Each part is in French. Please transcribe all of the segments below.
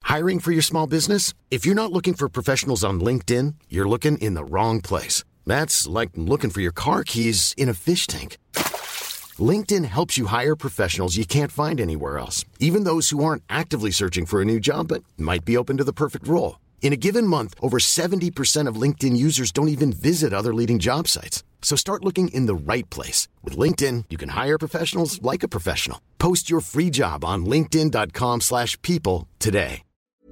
Hiring for your small business? If you're not looking for professionals on LinkedIn, you're looking in the wrong place. That's like looking for your car keys in a fish tank. LinkedIn helps you hire professionals you can't find anywhere else, even those who aren't actively searching for a new job but might be open to the perfect role. In a given month, over 70% of LinkedIn users don't even visit other leading job sites. So start looking in the right place. With LinkedIn, you can hire professionals like a professional. Post your free job on linkedin.com/people today.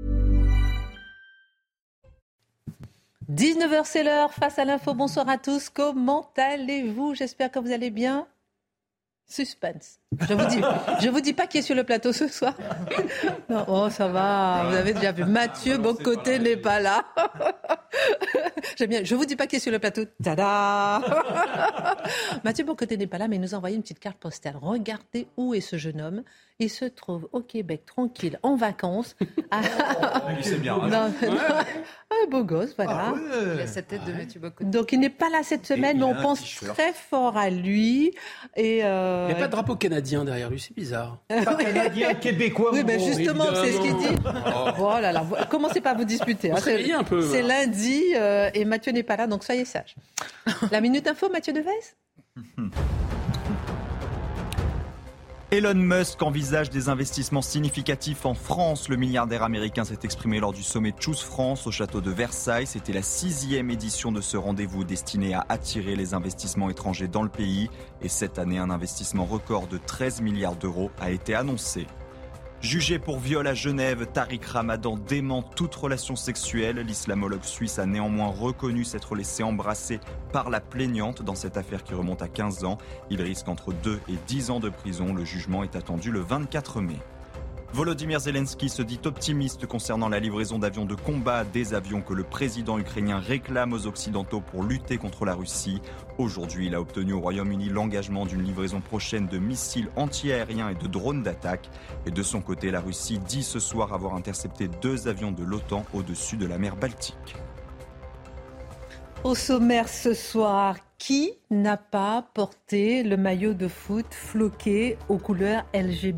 19h, c'est l'heure. Face à l'info, bonsoir à tous. Comment allez-vous ? J'espère que vous allez bien. Suspense. Je vous dis pas qui est sur le plateau ce soir. Non, oh, ça va. Vous avez déjà vu. Mathieu Bocoté n'est pas là. J'aime bien. Je vous dis pas qui est sur le plateau. Tada. Mathieu Bocoté n'est pas là, mais il nous a envoyé une petite carte postale. Regardez où est ce jeune homme. Il se trouve au Québec, tranquille, en vacances. C'est bien. Un beau gosse, voilà. Ah ouais. Il a cette tête de Mathieu Bocoté. Donc il n'est pas là cette semaine, mais on pense très fort à lui. Et Il n'y a pas de drapeau canadien derrière lui, c'est bizarre. Pas canadien, québécois. Oui, mais justement, c'est ce qu'il dit. Oh là là, commencez pas à vous disputer. Hein. Un peu, c'est voilà. lundi et Mathieu n'est pas là, donc soyez sages. La Minute Info, Mathieu Devez. Elon Musk envisage des investissements significatifs en France. Le milliardaire américain s'est exprimé lors du sommet Choose France au château de Versailles. C'était la 6e édition de ce rendez-vous destiné à attirer les investissements étrangers dans le pays. Et cette année, un investissement record de 13 milliards d'euros a été annoncé. Jugé pour viol à Genève, Tariq Ramadan dément toute relation sexuelle. L'islamologue suisse a néanmoins reconnu s'être laissé embrasser par la plaignante dans cette affaire qui remonte à 15 ans. Il risque entre 2 et 10 ans de prison. Le jugement est attendu le 24 mai. Volodymyr Zelensky se dit optimiste concernant la livraison d'avions de combat, des avions que le président ukrainien réclame aux Occidentaux pour lutter contre la Russie. Aujourd'hui, il a obtenu au Royaume-Uni l'engagement d'une livraison prochaine de missiles anti-aériens et de drones d'attaque. Et de son côté, la Russie dit ce soir avoir intercepté 2 avions de l'OTAN au-dessus de la mer Baltique. Au sommaire ce soir, qui n'a pas porté le maillot de foot floqué aux couleurs LGBT ?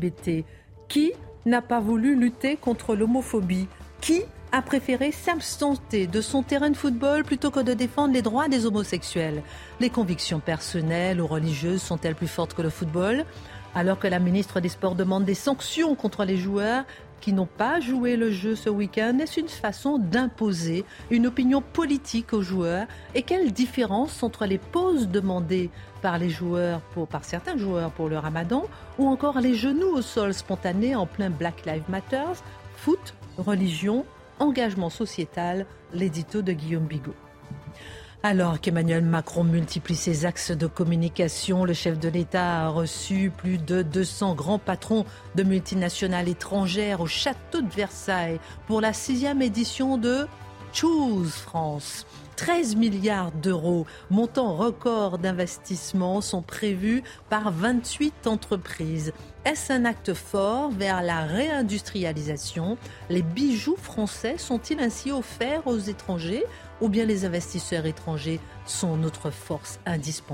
Qui n'a pas voulu lutter contre l'homophobie ? Qui a préféré s'absenter de son terrain de football plutôt que de défendre les droits des homosexuels ? Les convictions personnelles ou religieuses sont-elles plus fortes que le football ? Alors que la ministre des Sports demande des sanctions contre les joueurs qui n'ont pas joué le jeu ce week-end, est-ce une façon d'imposer une opinion politique aux joueurs ? Et quelle différence entre les pauses demandées par certains joueurs pour le Ramadan ou encore les genoux au sol spontanés en plein Black Lives Matter, foot, religion, engagement sociétal, l'édito de Guillaume Bigot. Alors qu'Emmanuel Macron multiplie ses axes de communication, le chef de l'État a reçu plus de 200 grands patrons de multinationales étrangères au château de Versailles pour la 6e édition de Choose France. 13 milliards d'euros, montant record d'investissement, sont prévus par 28 entreprises. Est-ce un acte fort vers la réindustrialisation ? Les bijoux français sont-ils ainsi offerts aux étrangers ? Ou bien les investisseurs étrangers sont notre force indispensable ?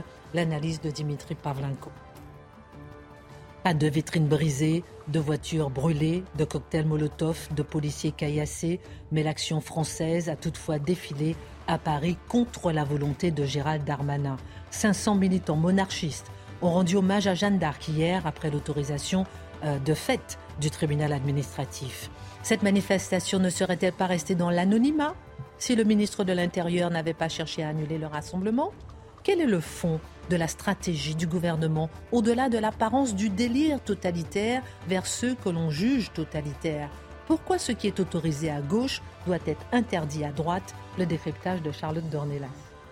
L'analyse de Dimitri Pavlenko. Pas de vitrines brisées, de voitures brûlées, de cocktails Molotov, de policiers caillassés, mais l'action française a toutefois défilé à Paris contre la volonté de Gérald Darmanin. 500 militants monarchistes ont rendu hommage à Jeanne d'Arc hier après l'autorisation de fête du tribunal administratif. Cette manifestation ne serait-elle pas restée dans l'anonymat si le ministre de l'Intérieur n'avait pas cherché à annuler le rassemblement ? Quel est le fond de la stratégie du gouvernement, au-delà de l'apparence du délire totalitaire vers ceux que l'on juge totalitaires ? Pourquoi ce qui est autorisé à gauche doit être interdit à droite ? Le décryptage de Charlotte Dornelas.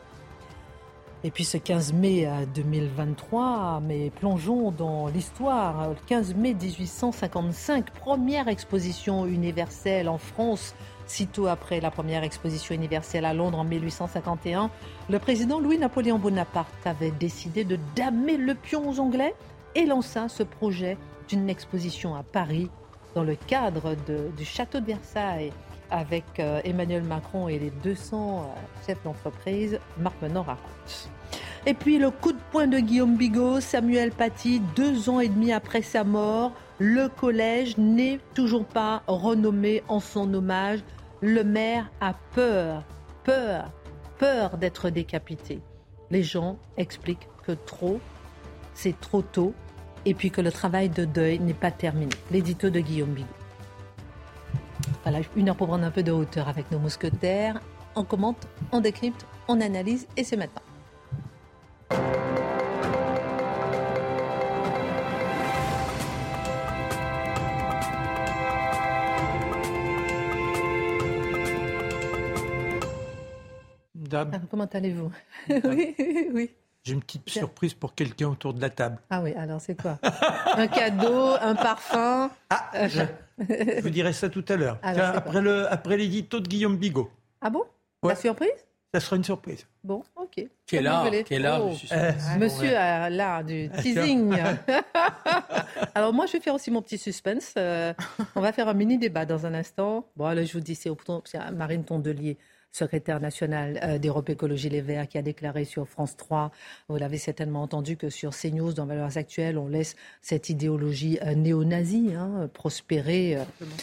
Et puis ce 15 mai 2023, mais plongeons dans l'histoire. Le 15 mai 1855, première exposition universelle en France. Sitôt après la première exposition universelle à Londres en 1851, le président Louis-Napoléon Bonaparte avait décidé de damer le pion aux Anglais et lança ce projet d'une exposition à Paris dans le cadre du château de Versailles avec Emmanuel Macron et les 200 chefs d'entreprise. Marc Menon raconte. Et puis le coup de poing de Guillaume Bigot, Samuel Paty, 2 ans et demi après sa mort, Le collège n'est toujours pas renommé en son hommage. Le maire a peur d'être décapité. Les gens expliquent que c'est trop tôt et puis que le travail de deuil n'est pas terminé. L'édito de Guillaume Bigot. Voilà, 1 heure pour prendre un peu de hauteur avec nos mousquetaires. On commente, on décrypte, on analyse et c'est maintenant. Dame. Comment allez-vous? Oui. J'ai une petite surprise pour quelqu'un autour de la table. Ah oui, alors c'est quoi? Un cadeau, un parfum? Je vous dirai ça tout à l'heure. Alors, Après l'édito de Guillaume Bigot. Ah bon? Ouais. La surprise? Ça sera une surprise. Bon, ok. Quel art, je suis sûr. Monsieur a l'art du teasing. Alors moi, je vais faire aussi mon petit suspense. On va faire un mini débat dans un instant. Bon, là, je vous dis, c'est Marine Tondelier, secrétaire nationale d'Europe Écologie Les Verts, qui a déclaré sur France 3, vous l'avez certainement entendu, que sur CNews, dans Valeurs Actuelles, on laisse cette idéologie néo-nazie prospérer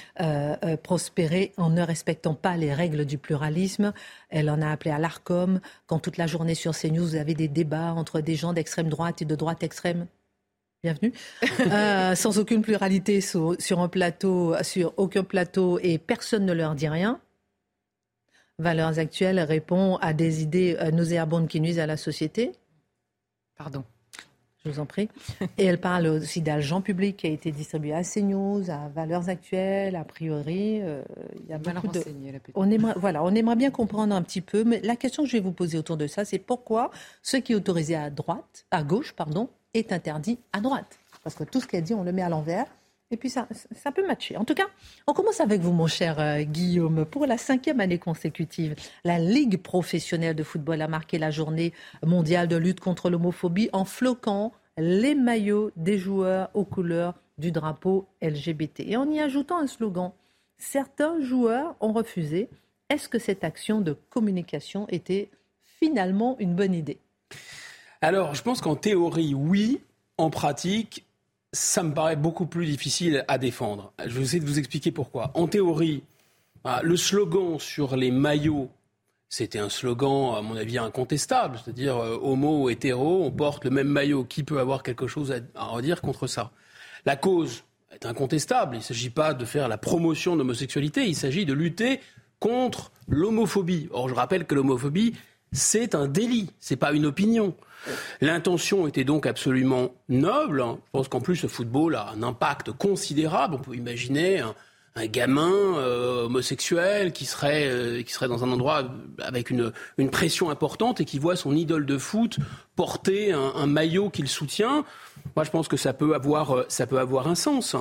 en ne respectant pas les règles du pluralisme. Elle en a appelé à l'ARCOM. Quand toute la journée sur CNews, vous avez des débats entre des gens d'extrême droite et de droite extrême. Bienvenue. Sans aucune pluralité sur aucun plateau, et personne ne leur dit rien. Valeurs Actuelles répond à des idées nauséabondes qui nuisent à la société. Pardon. Je vous en prie. Et elle parle aussi d'argent public qui a été distribué à CNews, à Valeurs Actuelles, a priori. Il y a mal beaucoup renseigné, la petite. on aimerait bien comprendre un petit peu, mais la question que je vais vous poser autour de ça, c'est pourquoi ce qui est autorisé à gauche, est interdit à droite. Parce que tout ce qu'elle dit, on le met à l'envers. Et puis ça peut matcher. En tout cas, on commence avec vous, mon cher Guillaume. Pour la 5e année consécutive, la Ligue professionnelle de football a marqué la journée mondiale de lutte contre l'homophobie en floquant les maillots des joueurs aux couleurs du drapeau LGBT. Et en y ajoutant un slogan, certains joueurs ont refusé. Est-ce que cette action de communication était finalement une bonne idée? Alors, je pense qu'en théorie, oui. En pratique, ça me paraît beaucoup plus difficile à défendre. Je vais essayer de vous expliquer pourquoi. En théorie, le slogan sur les maillots, c'était un slogan, à mon avis, incontestable. C'est-à-dire, homo ou hétéro, on porte le même maillot. Qui peut avoir quelque chose à redire contre ça? La cause est incontestable. Il ne s'agit pas de faire la promotion de l'homosexualité. Il s'agit de lutter contre l'homophobie. Or, je rappelle que l'homophobie, c'est un délit. C'est pas une opinion. L'intention était donc absolument noble. Je pense qu'en plus, le football a un impact considérable. On peut imaginer un gamin homosexuel qui serait dans un endroit avec une pression importante et qui voit son idole de foot porter un maillot qu'il soutient. Moi, je pense que ça peut avoir un sens.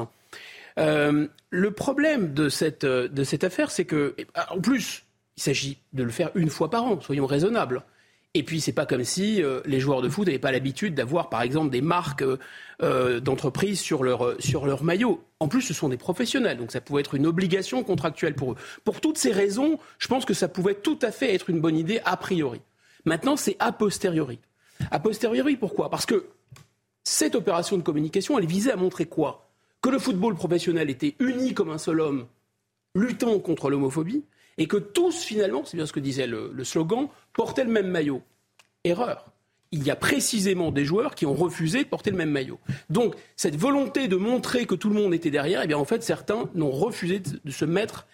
Le problème de cette affaire, c'est que, en plus, il s'agit de le faire une fois par an, soyons raisonnables. Et puis, c'est pas comme si les joueurs de foot n'avaient pas l'habitude d'avoir, par exemple, des marques d'entreprises sur leur maillot. En plus, ce sont des professionnels, donc ça pouvait être une obligation contractuelle pour eux. Pour toutes ces raisons, je pense que ça pouvait tout à fait être une bonne idée a priori. Maintenant, c'est a posteriori. A posteriori, pourquoi ? Parce que cette opération de communication, elle visait à montrer quoi ? Que le football professionnel était uni comme un seul homme, luttant contre l'homophobie, et que tous, finalement, c'est bien ce que disait le slogan, portaient le même maillot. Erreur. Il y a précisément des joueurs qui ont refusé de porter le même maillot. Donc, cette volonté de montrer que tout le monde était derrière, eh bien, en fait, certains n'ont refusé de se mettre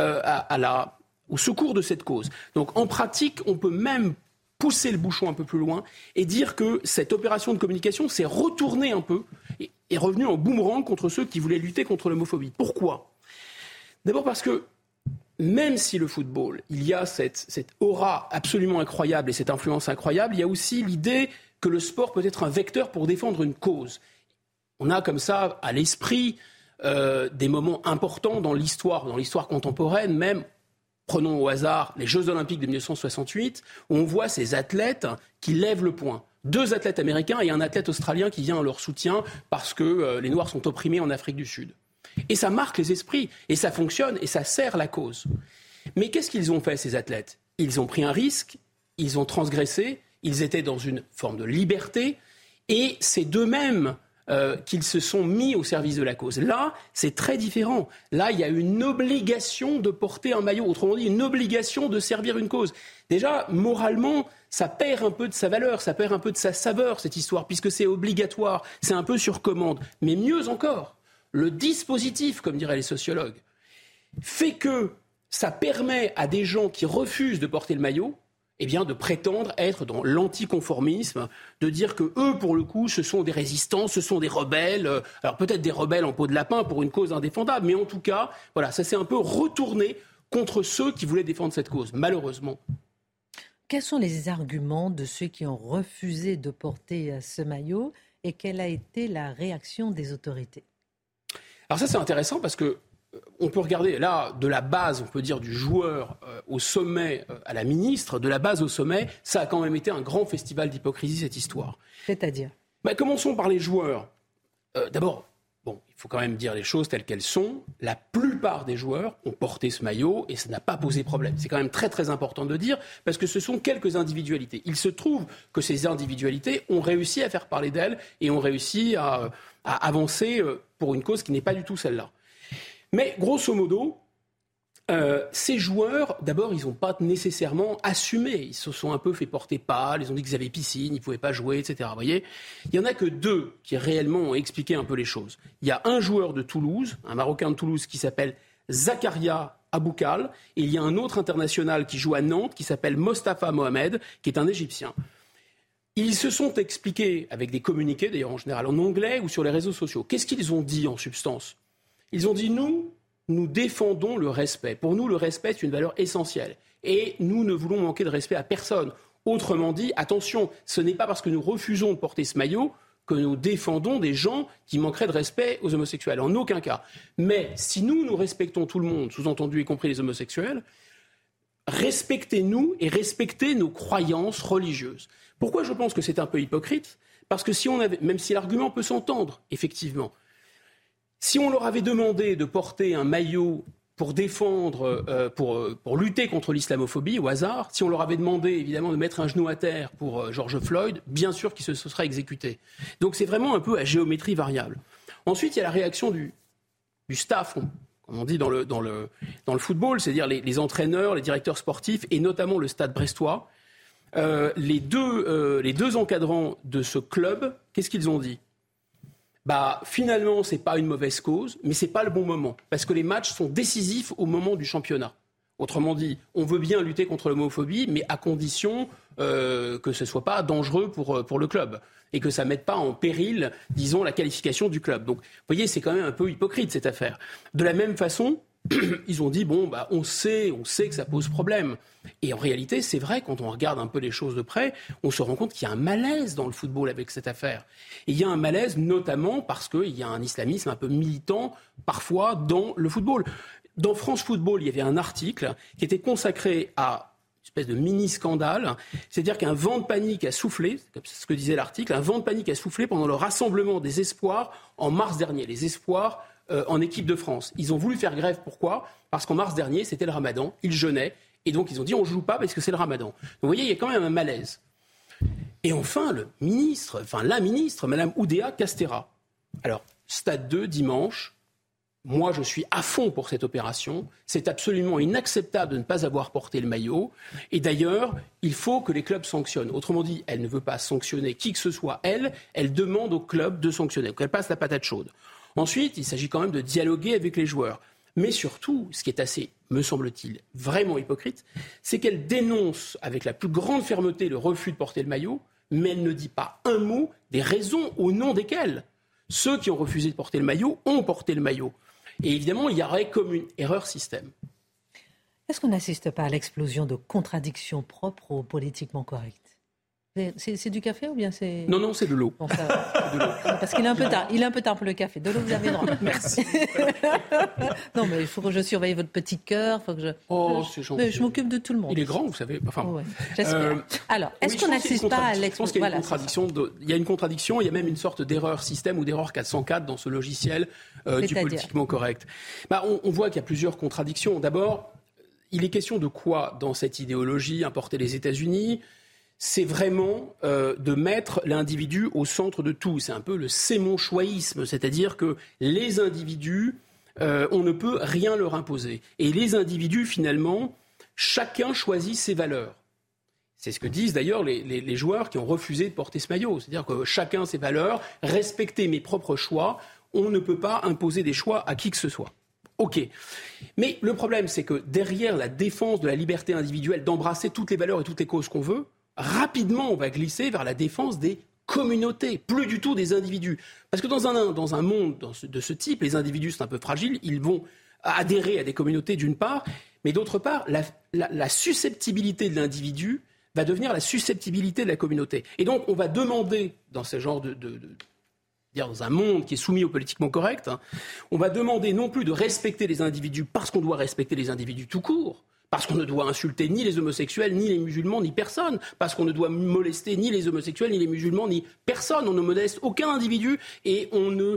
au secours de cette cause. Donc, en pratique, on peut même pousser le bouchon un peu plus loin et dire que cette opération de communication s'est retournée un peu et est revenue en boomerang contre ceux qui voulaient lutter contre l'homophobie. Pourquoi ? D'abord parce que même si le football, il y a cette aura absolument incroyable et cette influence incroyable, il y a aussi l'idée que le sport peut être un vecteur pour défendre une cause. On a comme ça à l'esprit des moments importants dans l'histoire contemporaine, même, prenons au hasard les Jeux Olympiques de 1968, où on voit ces athlètes qui lèvent le poing. 2 athlètes américains et un athlète australien qui vient à leur soutien parce que les Noirs sont opprimés en Afrique du Sud. Et ça marque les esprits, et ça fonctionne, et ça sert la cause. Mais qu'est-ce qu'ils ont fait, ces athlètes ? Ils ont pris un risque, ils ont transgressé, ils étaient dans une forme de liberté, et c'est d'eux-mêmes qu'ils se sont mis au service de la cause. Là, c'est très différent. Là, il y a une obligation de porter un maillot, autrement dit, une obligation de servir une cause. Déjà, moralement, ça perd un peu de sa valeur, ça perd un peu de sa saveur, cette histoire, puisque c'est obligatoire, c'est un peu sur commande. Mais mieux encore, le dispositif, comme diraient les sociologues, fait que ça permet à des gens qui refusent de porter le maillot, eh bien, de prétendre être dans l'anticonformisme, de dire que eux, pour le coup, ce sont des résistants, ce sont des rebelles. Alors peut-être des rebelles en peau de lapin pour une cause indéfendable, mais en tout cas, voilà, ça s'est un peu retourné contre ceux qui voulaient défendre cette cause, malheureusement. Quels sont les arguments de ceux qui ont refusé de porter ce maillot et quelle a été la réaction des autorités ? Alors ça, c'est intéressant parce que on peut regarder là, de la base, on peut dire, du joueur au sommet à la ministre, de la base au sommet, ça a quand même été un grand festival d'hypocrisie, cette histoire. C'est-à-dire ? Commençons par les joueurs. D'abord, bon, il faut quand même dire les choses telles qu'elles sont. La plupart des joueurs ont porté ce maillot et ça n'a pas posé problème. C'est quand même très très important de dire parce que ce sont quelques individualités. Il se trouve que ces individualités ont réussi à faire parler d'elles et ont réussi à avancer pour une cause qui n'est pas du tout celle-là. Mais grosso modo, ces joueurs, d'abord, ils n'ont pas nécessairement assumé. Ils se sont un peu fait porter pâle, ils ont dit qu'ils avaient piscine, ils ne pouvaient pas jouer, etc. Vous voyez, il n'y en a que 2 qui réellement ont expliqué un peu les choses. Il y a un joueur de Toulouse, un Marocain de Toulouse qui s'appelle Zakaria Aboukal, et il y a un autre international qui joue à Nantes qui s'appelle Mostafa Mohamed, qui est un Égyptien. Ils se sont expliqués avec des communiqués, d'ailleurs en général en anglais ou sur les réseaux sociaux. Qu'est-ce qu'ils ont dit en substance ? Ils ont dit, nous défendons le respect. Pour nous, le respect, c'est une valeur essentielle. Et nous ne voulons manquer de respect à personne. Autrement dit, attention, ce n'est pas parce que nous refusons de porter ce maillot que nous défendons des gens qui manqueraient de respect aux homosexuels. En aucun cas. Mais si nous respectons tout le monde, sous-entendu y compris les homosexuels, respectez-nous et respectez nos croyances religieuses. Pourquoi je pense que c'est un peu hypocrite ? Parce que si on avait, même si l'argument peut s'entendre, effectivement, si on leur avait demandé de porter un maillot pour défendre, pour lutter contre l'islamophobie, au hasard, si on leur avait demandé évidemment de mettre un genou à terre pour George Floyd, bien sûr qu'ils se seraient exécutés. Donc c'est vraiment un peu à géométrie variable. Ensuite, il y a la réaction du staff, comme on dit dans le football, c'est-à-dire les entraîneurs, les directeurs sportifs et notamment le Stade brestois. Les deux encadrants de ce club, qu'est-ce qu'ils ont dit ? Finalement, ce n'est pas une mauvaise cause, mais ce n'est pas le bon moment. Parce que les matchs sont décisifs au moment du championnat. Autrement dit, on veut bien lutter contre l'homophobie, mais à condition que ce ne soit pas dangereux pour le club. Et que ça ne mette pas en péril, disons, la qualification du club. Donc, vous voyez, c'est quand même un peu hypocrite, cette affaire. De la même façon, ils ont dit, on sait que ça pose problème. Et en réalité, c'est vrai, quand on regarde un peu les choses de près, on se rend compte qu'il y a un malaise dans le football avec cette affaire. Et il y a un malaise notamment parce qu'il y a un islamisme un peu militant, parfois, dans le football. Dans France Football, il y avait un article qui était consacré à une espèce de mini-scandale. C'est-à-dire qu'un vent de panique a soufflé, c'est ce que disait l'article, un vent de panique a soufflé pendant le rassemblement des espoirs en mars dernier. Les espoirs en équipe de France. Ils ont voulu faire grève. Pourquoi ? Parce qu'en mars dernier, c'était le ramadan. Ils jeûnaient. Et donc, ils ont dit, on ne joue pas parce que c'est le ramadan. Donc, vous voyez, il y a quand même un malaise. Et enfin, la ministre, Mme Oudéa Castéra. Alors, Stade 2, dimanche. Moi, je suis à fond pour cette opération. C'est absolument inacceptable de ne pas avoir porté le maillot. Et d'ailleurs, il faut que les clubs sanctionnent. Autrement dit, elle ne veut pas sanctionner qui que ce soit. Elle demande aux clubs de sanctionner. Donc, elle passe la patate chaude. Ensuite, il s'agit quand même de dialoguer avec les joueurs. Mais surtout, ce qui est assez, me semble-t-il, vraiment hypocrite, c'est qu'elle dénonce avec la plus grande fermeté le refus de porter le maillot, mais elle ne dit pas un mot des raisons au nom desquelles ceux qui ont refusé de porter le maillot ont porté le maillot. Et évidemment, il y aurait comme une erreur système. Est-ce qu'on n'assiste pas à l'explosion de contradictions propres au politiquement correct ? C'est du café ou bien c'est... Non, c'est de l'eau. Bon, ça va. C'est de l'eau. Parce qu'il est un peu tard pour le café. De l'eau, vous avez droit. Merci. Non, mais il faut que je surveille votre petit cœur. Faut que je... c'est gentil. Mais je m'occupe de tout le monde. Il est grand, vous savez. Enfin, ouais, j'espère. Alors, est-ce qu'on n'assiste pas à l'explosion ? Je pense qu'il y a une contradiction. Il y a même une sorte d'erreur système ou d'erreur 404 dans ce logiciel du politiquement correct. On voit qu'il y a plusieurs contradictions. D'abord, il est question de quoi dans cette idéologie importée des États-Unis ? c'est vraiment de mettre l'individu au centre de tout. C'est un peu le sémonchoïsme, c'est-à-dire que les individus, on ne peut rien leur imposer. Et les individus, finalement, chacun choisit ses valeurs. C'est ce que disent d'ailleurs les joueurs qui ont refusé de porter ce maillot. C'est-à-dire que chacun ses valeurs, respecter mes propres choix, on ne peut pas imposer des choix à qui que ce soit. OK. Mais le problème, c'est que derrière la défense de la liberté individuelle, d'embrasser toutes les valeurs et toutes les causes qu'on veut, rapidement, on va glisser vers la défense des communautés, plus du tout des individus. Parce que dans un monde de ce type, les individus sont un peu fragiles, ils vont adhérer à des communautés d'une part, mais d'autre part, la susceptibilité de l'individu va devenir la susceptibilité de la communauté. Et donc, on va demander, dans ce genre dans un monde qui est soumis au politiquement correct, on va demander non plus de respecter les individus parce qu'on doit respecter les individus tout court, parce qu'on ne doit insulter ni les homosexuels, ni les musulmans, ni personne, parce qu'on ne doit molester ni les homosexuels, ni les musulmans, ni personne. On ne moleste aucun individu et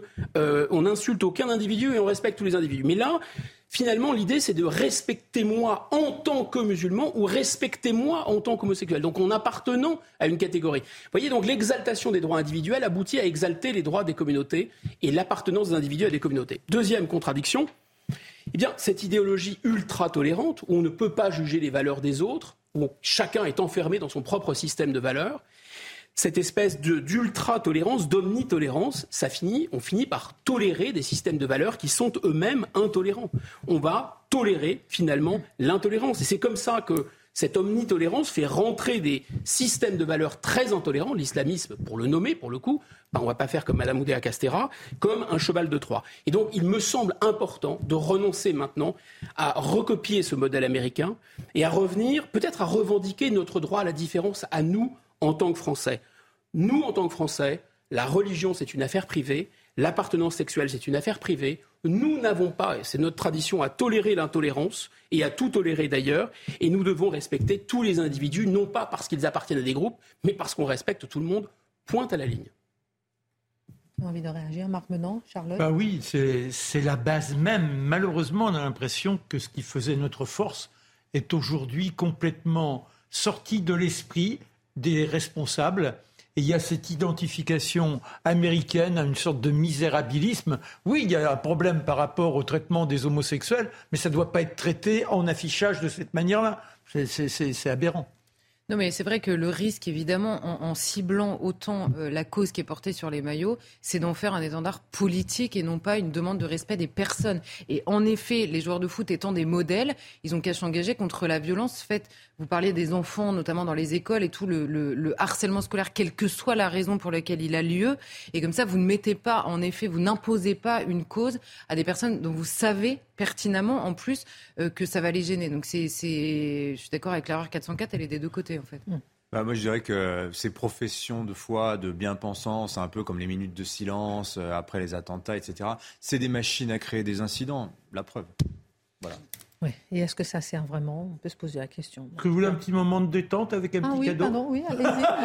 on n'insulte aucun individu et on respecte tous les individus. Mais là, finalement, l'idée, c'est de respecter moi en tant que musulman ou respecter moi en tant qu'homosexuel. Donc, en appartenant à une catégorie. Vous voyez, donc l'exaltation des droits individuels aboutit à exalter les droits des communautés et l'appartenance des individus à des communautés. Deuxième contradiction, eh bien, cette idéologie ultra-tolérante, où on ne peut pas juger les valeurs des autres, où chacun est enfermé dans son propre système de valeurs, cette espèce d'ultra-tolérance, d'omnitolérance, on finit par tolérer des systèmes de valeurs qui sont eux-mêmes intolérants. On va tolérer finalement l'intolérance. Et c'est comme ça que cette omnitolérance fait rentrer des systèmes de valeurs très intolérants, l'islamisme, pour le nommer, pour le coup, on ne va pas faire comme Mme Oudéa Castéra, comme un cheval de Troie. Et donc, il me semble important de renoncer maintenant à recopier ce modèle américain et à revenir, peut-être à revendiquer notre droit à la différence à nous, en tant que Français. Nous, en tant que Français, la religion, c'est une affaire privée, l'appartenance sexuelle, c'est une affaire privée. Nous n'avons pas, et c'est notre tradition, à tolérer l'intolérance, et à tout tolérer d'ailleurs, et nous devons respecter tous les individus, non pas parce qu'ils appartiennent à des groupes, mais parce qu'on respecte tout le monde, point à la ligne. Vous avez envie de réagir, Marc Menant, Charlotte ? Bah oui, c'est la base même. Malheureusement, on a l'impression que ce qui faisait notre force est aujourd'hui complètement sorti de l'esprit des responsables. Et il y a cette identification américaine à une sorte de misérabilisme. Oui, il y a un problème par rapport au traitement des homosexuels, mais ça ne doit pas être traité en affichage de cette manière-là. C'est aberrant. Non, mais c'est vrai que le risque, évidemment, en ciblant autant la cause qui est portée sur les maillots, c'est d'en faire un étendard politique et non pas une demande de respect des personnes. Et en effet, les joueurs de foot étant des modèles, ils ont qu'à s'engager contre la violence faite. Vous parliez des enfants, notamment dans les écoles et tout le harcèlement scolaire, quelle que soit la raison pour laquelle il a lieu. Et comme ça, vous ne mettez pas, en effet, vous n'imposez pas une cause à des personnes dont vous savez pertinemment, en plus, que ça va les gêner. Donc je suis d'accord avec l'erreur 404, elle est des deux côtés, en fait. Bah moi, je dirais que ces professions de foi, de bien-pensance, un peu comme les minutes de silence après les attentats, etc., c'est des machines à créer des incidents. La preuve. Voilà. Oui. Et est-ce que ça sert vraiment ? On peut se poser la question. Que vous voulez un petit moment de détente avec un petit cadeau ? Pardon, oui,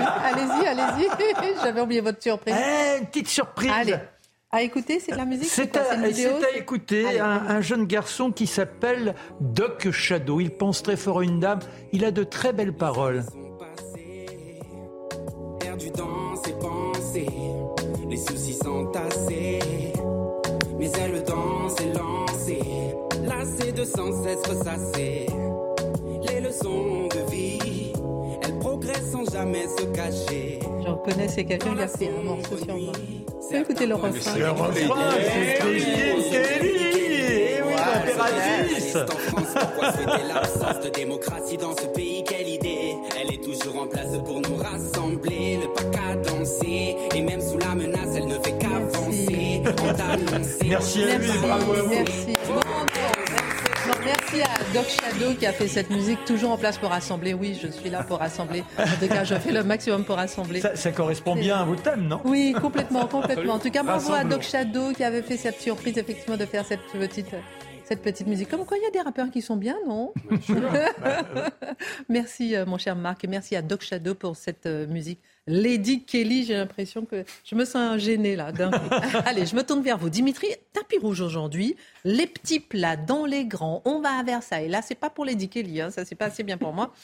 allez-y. J'avais oublié votre surprise. Une petite surprise. Allez. À écouter, c'est de la musique ? C'est à écouter un jeune garçon qui s'appelle Doc Shadow. Il pense très fort à une dame. Il a de très belles paroles. Perdu dans ses pensées, les soucis sont tassés, mais elle danse et lancée, lassée de sans cesse ressasser. Les leçons de vie, elle progresse sans jamais se cacher. Je reconnais, c'est quelqu'un qui a fait un morceau sur moi. Écoutez le refrain. Le refrain, c'est l'impératrice. En France, pourquoi souhaiter l'absence de démocratie dans ce pays? Quelle idée? Elle est toujours en place pour nous rassembler, ne pas qu'à danser. Et même sous la menace, elle ne fait qu'avancer. Merci à lui, bravo à vous. Merci. Merci à Doc Shadow qui a fait cette musique, toujours en place pour rassembler. Oui, je suis là pour rassembler. En tout cas, je fais le maximum pour rassembler. Ça correspond bien à vos thèmes, non ? Oui, complètement. En tout cas, bravo à Doc Shadow qui avait fait cette surprise, effectivement, de faire cette petite cette petite musique. Comme quoi, il y a des rappeurs qui sont bien, non? Merci, mon cher Marc, et merci à Doc Shadow pour cette musique. Lady Kelly, j'ai l'impression que je me sens gênée là. Allez, je me tourne vers vous. Dimitri, tapis rouge aujourd'hui. Les petits plats dans les grands. On va à Versailles. Là, c'est pas pour Lady Kelly, ça c'est pas assez bien pour moi.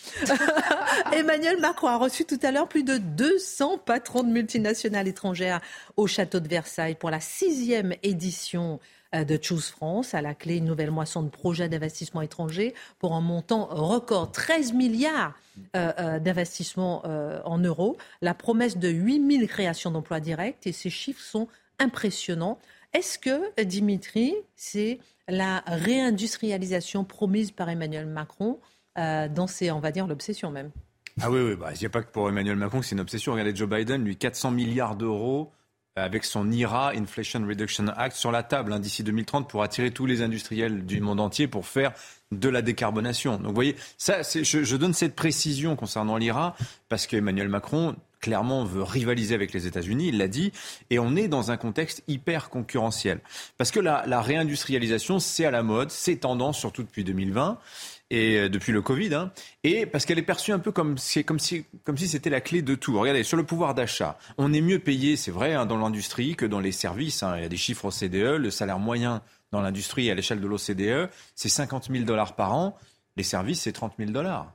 Emmanuel Macron a reçu tout à l'heure plus de 200 patrons de multinationales étrangères au château de Versailles pour la 6e édition de Choose France. À la clé, une nouvelle moisson de projets d'investissement étrangers pour un montant record, 13 milliards d'investissements en euros. La promesse de 8000 créations d'emplois directs, et ces chiffres sont impressionnants. Est-ce que, Dimitri, c'est la réindustrialisation promise par Emmanuel Macron dans ses, on va dire, l'obsession même? Ah oui, il n'y a pas que pour Emmanuel Macron que c'est une obsession. Regardez Joe Biden, lui, 400 milliards d'euros avec son IRA, Inflation Reduction Act, sur la table d'ici 2030 pour attirer tous les industriels du monde entier pour faire de la décarbonation. Donc vous voyez, ça, je donne cette précision concernant l'IRA parce qu'Emmanuel Macron, clairement, veut rivaliser avec les États-Unis, il l'a dit, et on est dans un contexte hyper concurrentiel. Parce que la réindustrialisation, c'est à la mode, c'est tendance, surtout depuis 2020. Et depuis le Covid, et parce qu'elle est perçue un peu comme si c'était la clé de tout. Regardez, sur le pouvoir d'achat, on est mieux payé, c'est vrai, dans l'industrie que dans les services. Il y a des chiffres OCDE, le salaire moyen dans l'industrie à l'échelle de l'OCDE, c'est $50 000 par an. Les services, c'est $30 000.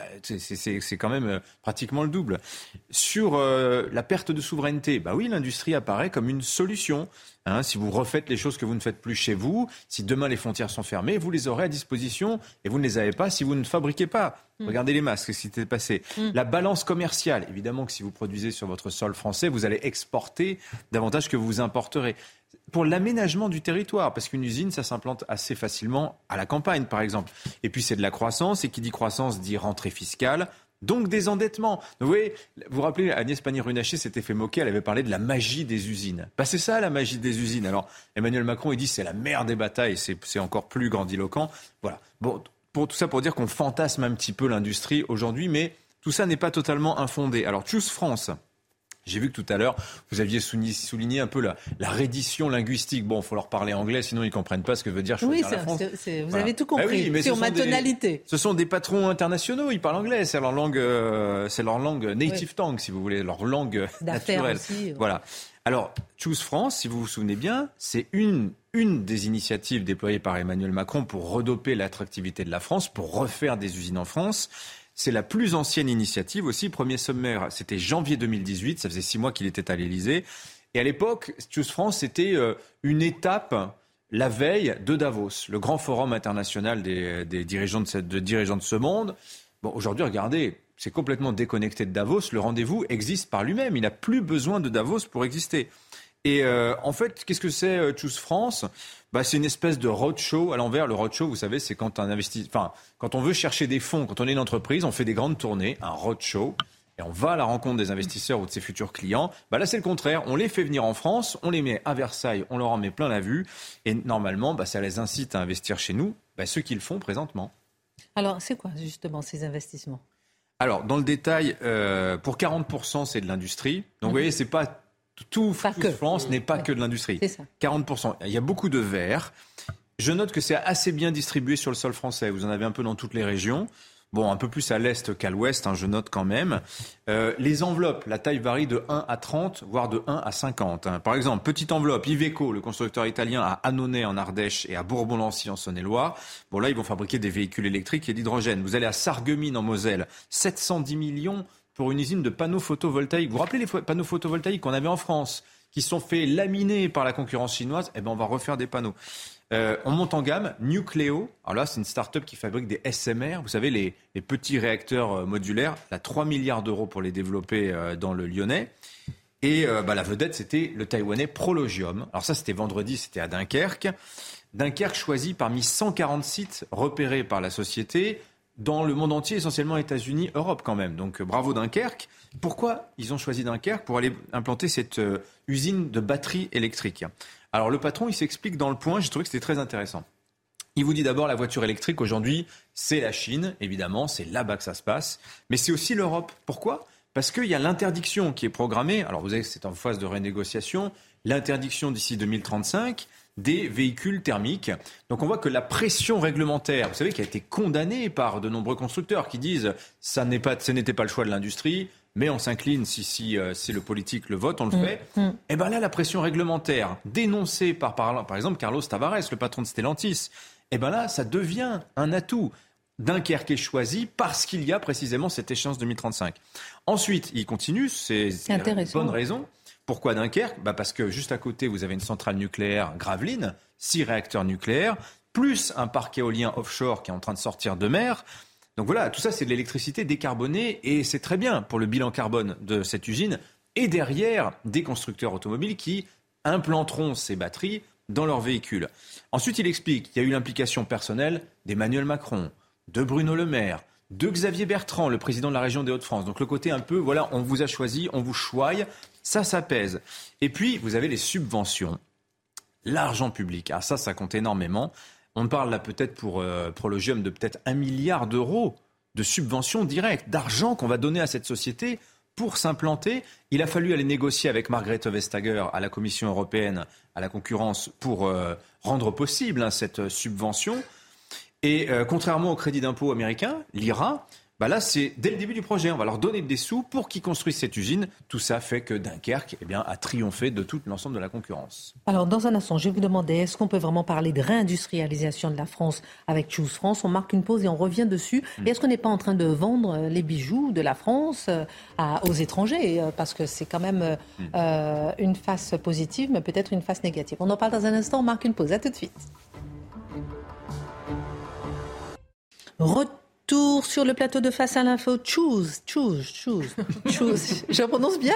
C'est quand même pratiquement le double. Sur la perte de souveraineté, oui, l'industrie apparaît comme une solution. Si vous refaites les choses que vous ne faites plus chez vous, si demain les frontières sont fermées, vous les aurez à disposition et vous ne les avez pas si vous ne fabriquez pas. Regardez les masques, ce qui s'est passé. La balance commerciale, évidemment que si vous produisez sur votre sol français, vous allez exporter davantage que vous importerez. Pour l'aménagement du territoire, parce qu'une usine, ça s'implante assez facilement à la campagne, par exemple. Et puis c'est de la croissance, et qui dit croissance dit rentrée fiscale, donc désendettement. Vous voyez, vous vous rappelez, Agnès Pannier-Runacher s'était fait moquer, elle avait parlé de la magie des usines. C'est ça la magie des usines. Alors Emmanuel Macron, il dit c'est la mère des batailles, c'est encore plus grandiloquent. Voilà. Bon, pour tout ça, pour dire qu'on fantasme un petit peu l'industrie aujourd'hui, mais tout ça n'est pas totalement infondé. Alors Choose France. J'ai vu que tout à l'heure, vous aviez souligné un peu la reddition linguistique. Bon, il faut leur parler anglais, sinon ils ne comprennent pas ce que veut dire choisir la France. Vous avez tout compris, sur ma tonalité. Ce sont des patrons internationaux, ils parlent anglais, c'est leur langue native tongue, si vous voulez, leur langue naturelle. Aussi, Voilà. Alors, Choose France, si vous vous souvenez bien, c'est une des initiatives déployées par Emmanuel Macron pour redoper l'attractivité de la France, pour refaire des usines en France. C'est la plus ancienne initiative aussi. Premier sommaire, c'était janvier 2018. Ça faisait 6 mois qu'il était à l'Élysée. Et à l'époque, Choose France, c'était une étape la veille de Davos, le grand forum international des dirigeants de ce monde. Bon, aujourd'hui, regardez, c'est complètement déconnecté de Davos. Le rendez-vous existe par lui-même. Il n'a plus besoin de Davos pour exister. Et en fait, qu'est-ce que c'est Choose France ? C'est une espèce de roadshow à l'envers. Le roadshow, vous savez, c'est quand on veut chercher des fonds, quand on est une entreprise, on fait des grandes tournées, un roadshow, et on va à la rencontre des investisseurs ou de ses futurs clients. Là, c'est le contraire. On les fait venir en France, on les met à Versailles, on leur en met plein la vue, et normalement, ça les incite à investir chez nous, ceux qui le font présentement. Alors, c'est quoi justement ces investissements ? Alors, dans le détail, pour 40%, c'est de l'industrie. Donc, vous voyez, c'est pas... Tout France n'est pas que de l'industrie. C'est ça. 40%. Il y a beaucoup de verre. Je note que c'est assez bien distribué sur le sol français. Vous en avez un peu dans toutes les régions. Bon, un peu plus à l'est qu'à l'ouest, je note quand même. Les enveloppes, la taille varie de 1 à 30, voire de 1 à 50. Par exemple, petite enveloppe, Iveco, le constructeur italien, à Annonay en Ardèche et à Bourbon-Lancy en Saône-et-Loire. Bon, là, ils vont fabriquer des véhicules électriques et d'hydrogène. Vous allez à Sarreguemines en Moselle, 710 millions pour une usine de panneaux photovoltaïques. Vous vous rappelez les panneaux photovoltaïques qu'on avait en France, qui sont faits laminer par la concurrence chinoise ? On va refaire des panneaux. On monte en gamme, Nucléo. Alors là, c'est une start-up qui fabrique des SMR. Vous savez, les petits réacteurs modulaires. Là, 3 milliards d'euros pour les développer dans le Lyonnais. Et la vedette, c'était le Taïwanais Prologium. Alors ça, c'était vendredi, c'était à Dunkerque. Dunkerque choisi parmi 140 sites repérés par la société dans le monde entier, essentiellement États-Unis, Europe quand même. Donc bravo Dunkerque. Pourquoi ils ont choisi Dunkerque pour aller implanter cette usine de batteries électriques ? Alors le patron, il s'explique dans Le Point, j'ai trouvé que c'était très intéressant. Il vous dit d'abord la voiture électrique aujourd'hui, c'est la Chine, évidemment, c'est là-bas que ça se passe, mais c'est aussi l'Europe. Pourquoi ? Parce qu'il y a l'interdiction qui est programmée, alors vous savez que c'est en phase de renégociation, l'interdiction d'ici 2035 des véhicules thermiques. Donc on voit que la pression réglementaire, vous savez, qui a été condamnée par de nombreux constructeurs qui disent ce n'était pas le choix de l'industrie, mais on s'incline si le politique le vote, on le fait. Et bien là, la pression réglementaire dénoncée par exemple Carlos Tavares, le patron de Stellantis, et bien là, ça devient un atout. Dunkerque est choisi parce qu'il y a précisément cette échéance 2035. Ensuite, il continue, c'est une bonne raison. Pourquoi Dunkerque ? Parce que juste à côté, vous avez une centrale nucléaire Gravelines, 6 réacteurs nucléaires, plus un parc éolien offshore qui est en train de sortir de mer. Donc voilà, tout ça, c'est de l'électricité décarbonée et c'est très bien pour le bilan carbone de cette usine. Et derrière, des constructeurs automobiles qui implanteront ces batteries dans leurs véhicules. Ensuite, il explique qu'il y a eu l'implication personnelle d'Emmanuel Macron, de Bruno Le Maire, de Xavier Bertrand, le président de la région des Hauts-de-France. Donc le côté un peu, voilà, on vous a choisi, on vous choye, ça pèse. Et puis, vous avez les subventions, l'argent public. Ah, ça compte énormément. On parle là peut-être pour Prologium de peut-être 1 milliard d'euros de subventions directes, d'argent qu'on va donner à cette société pour s'implanter. Il a fallu aller négocier avec Margrethe Vestager à la Commission européenne, à la concurrence, pour rendre possible cette subvention. Et contrairement au crédit d'impôt américain, l'IRA, là c'est dès le début du projet, on va leur donner des sous pour qu'ils construisent cette usine. Tout ça fait que Dunkerque a triomphé de tout l'ensemble de la concurrence. Alors dans un instant, je vais vous demander, est-ce qu'on peut vraiment parler de réindustrialisation de la France avec Choose France ? On marque une pause et on revient dessus. Et est-ce qu'on n'est pas en train de vendre les bijoux de la France aux étrangers ? Parce que c'est quand même une face positive, mais peut-être une face négative. On en parle dans un instant, on marque une pause. À tout de suite. Retour sur le plateau de Face à l'info. Choose. Je prononce bien ?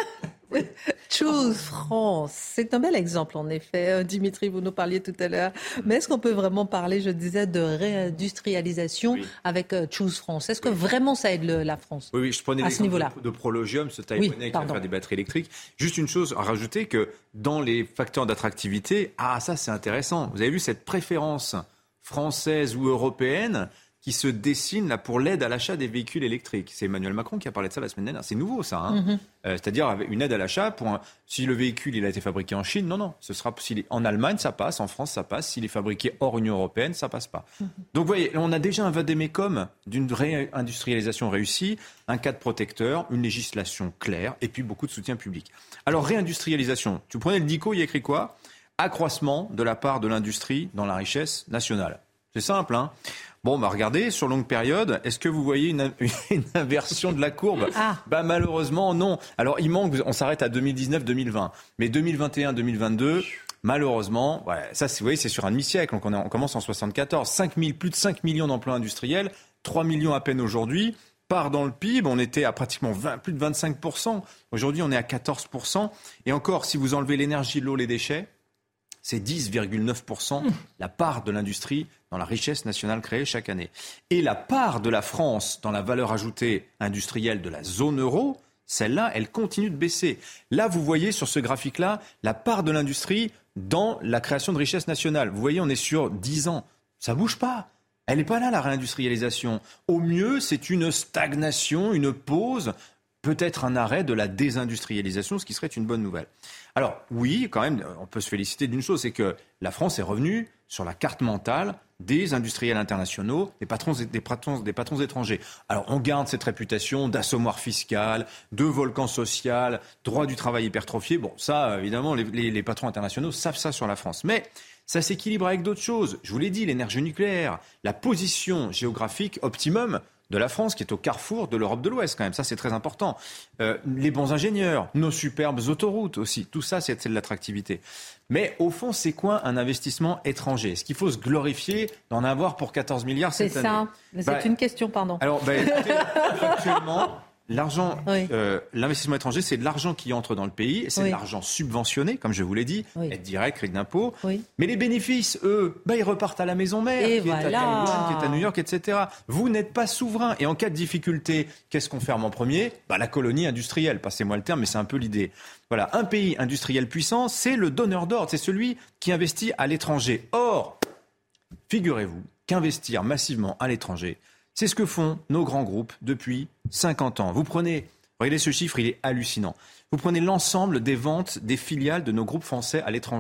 Choose France. C'est un bel exemple, en effet. Dimitri, vous nous parliez tout à l'heure. Mais est-ce qu'on peut vraiment parler, je disais, de réindustrialisation avec Choose France ? Est-ce que vraiment ça aide la France ? Oui, je prenais l'exemple de Prologium, ce taïwanais qui va faire des batteries électriques. Juste une chose à rajouter, que dans les facteurs d'attractivité, ça c'est intéressant. Vous avez vu cette préférence française ou européenne qui se dessine là pour l'aide à l'achat des véhicules électriques. C'est Emmanuel Macron qui a parlé de ça la semaine dernière. C'est nouveau ça. C'est-à-dire avec une aide à l'achat si le véhicule il a été fabriqué en Chine, non. Ce sera en Allemagne ça passe, en France ça passe. S'il est fabriqué hors Union européenne, ça passe pas. Donc vous voyez, on a déjà un vade-mecum d'une réindustrialisation réussie, un cadre protecteur, une législation claire et puis beaucoup de soutien public. Alors réindustrialisation. Tu prenais le DICO, il y a écrit quoi ? Accroissement de la part de l'industrie dans la richesse nationale. C'est simple, hein ? Regardez, sur longue période, est-ce que vous voyez une inversion de la courbe ? Malheureusement, non. Alors, il manque, on s'arrête à 2019-2020. Mais 2021-2022, malheureusement, ça, vous voyez, c'est sur un demi-siècle. Donc, on commence en 74. Plus de 5 millions d'emplois industriels, 3 millions à peine aujourd'hui. Part dans le PIB, on était à pratiquement plus de 25%. Aujourd'hui, on est à 14%. Et encore, si vous enlevez l'énergie, l'eau, les déchets, c'est 10,9% la part de l'industrie dans la richesse nationale créée chaque année. Et la part de la France dans la valeur ajoutée industrielle de la zone euro, celle-là, elle continue de baisser. Là, vous voyez sur ce graphique-là, la part de l'industrie dans la création de richesse nationale. Vous voyez, on est sur 10 ans. Ça ne bouge pas. Elle n'est pas là, la réindustrialisation. Au mieux, c'est une stagnation, une pause, peut-être un arrêt de la désindustrialisation, ce qui serait une bonne nouvelle. Alors oui, quand même, on peut se féliciter d'une chose, c'est que la France est revenue sur la carte mentale des industriels internationaux, des patrons étrangers. Alors on garde cette réputation d'assommoir fiscal, de volcan social, droit du travail hypertrophié. Ça, évidemment, les patrons internationaux savent ça sur la France. Mais ça s'équilibre avec d'autres choses. Je vous l'ai dit, l'énergie nucléaire, la position géographique optimum de la France, qui est au carrefour de l'Europe de l'Ouest, quand même. Ça, c'est très important. Les bons ingénieurs, nos superbes autoroutes aussi. Tout ça, c'est de l'attractivité. Mais au fond, c'est quoi un investissement étranger ? Est-ce qu'il faut se glorifier d'en avoir pour 14 milliards cette année ? C'est ça. C'est une question, pardon. Alors, écoutez, actuellement, l'investissement étranger, c'est de l'argent qui entre dans le pays, et c'est de l'argent subventionné, comme je vous l'ai dit, aide directe, crédit d'impôt. Mais les bénéfices, eux, ils repartent à la maison mère, qui est à Taïwan, qui est à New York, etc. Vous n'êtes pas souverain. Et en cas de difficulté, qu'est-ce qu'on ferme en premier ? La colonie industrielle. Passez-moi le terme, mais c'est un peu l'idée. Voilà, un pays industriel puissant, c'est le donneur d'ordre, c'est celui qui investit à l'étranger. Or, figurez-vous qu'investir massivement à l'étranger, c'est ce que font nos grands groupes depuis 50 ans. Regardez ce chiffre, il est hallucinant. Vous prenez l'ensemble des ventes des filiales de nos groupes français à l'étranger.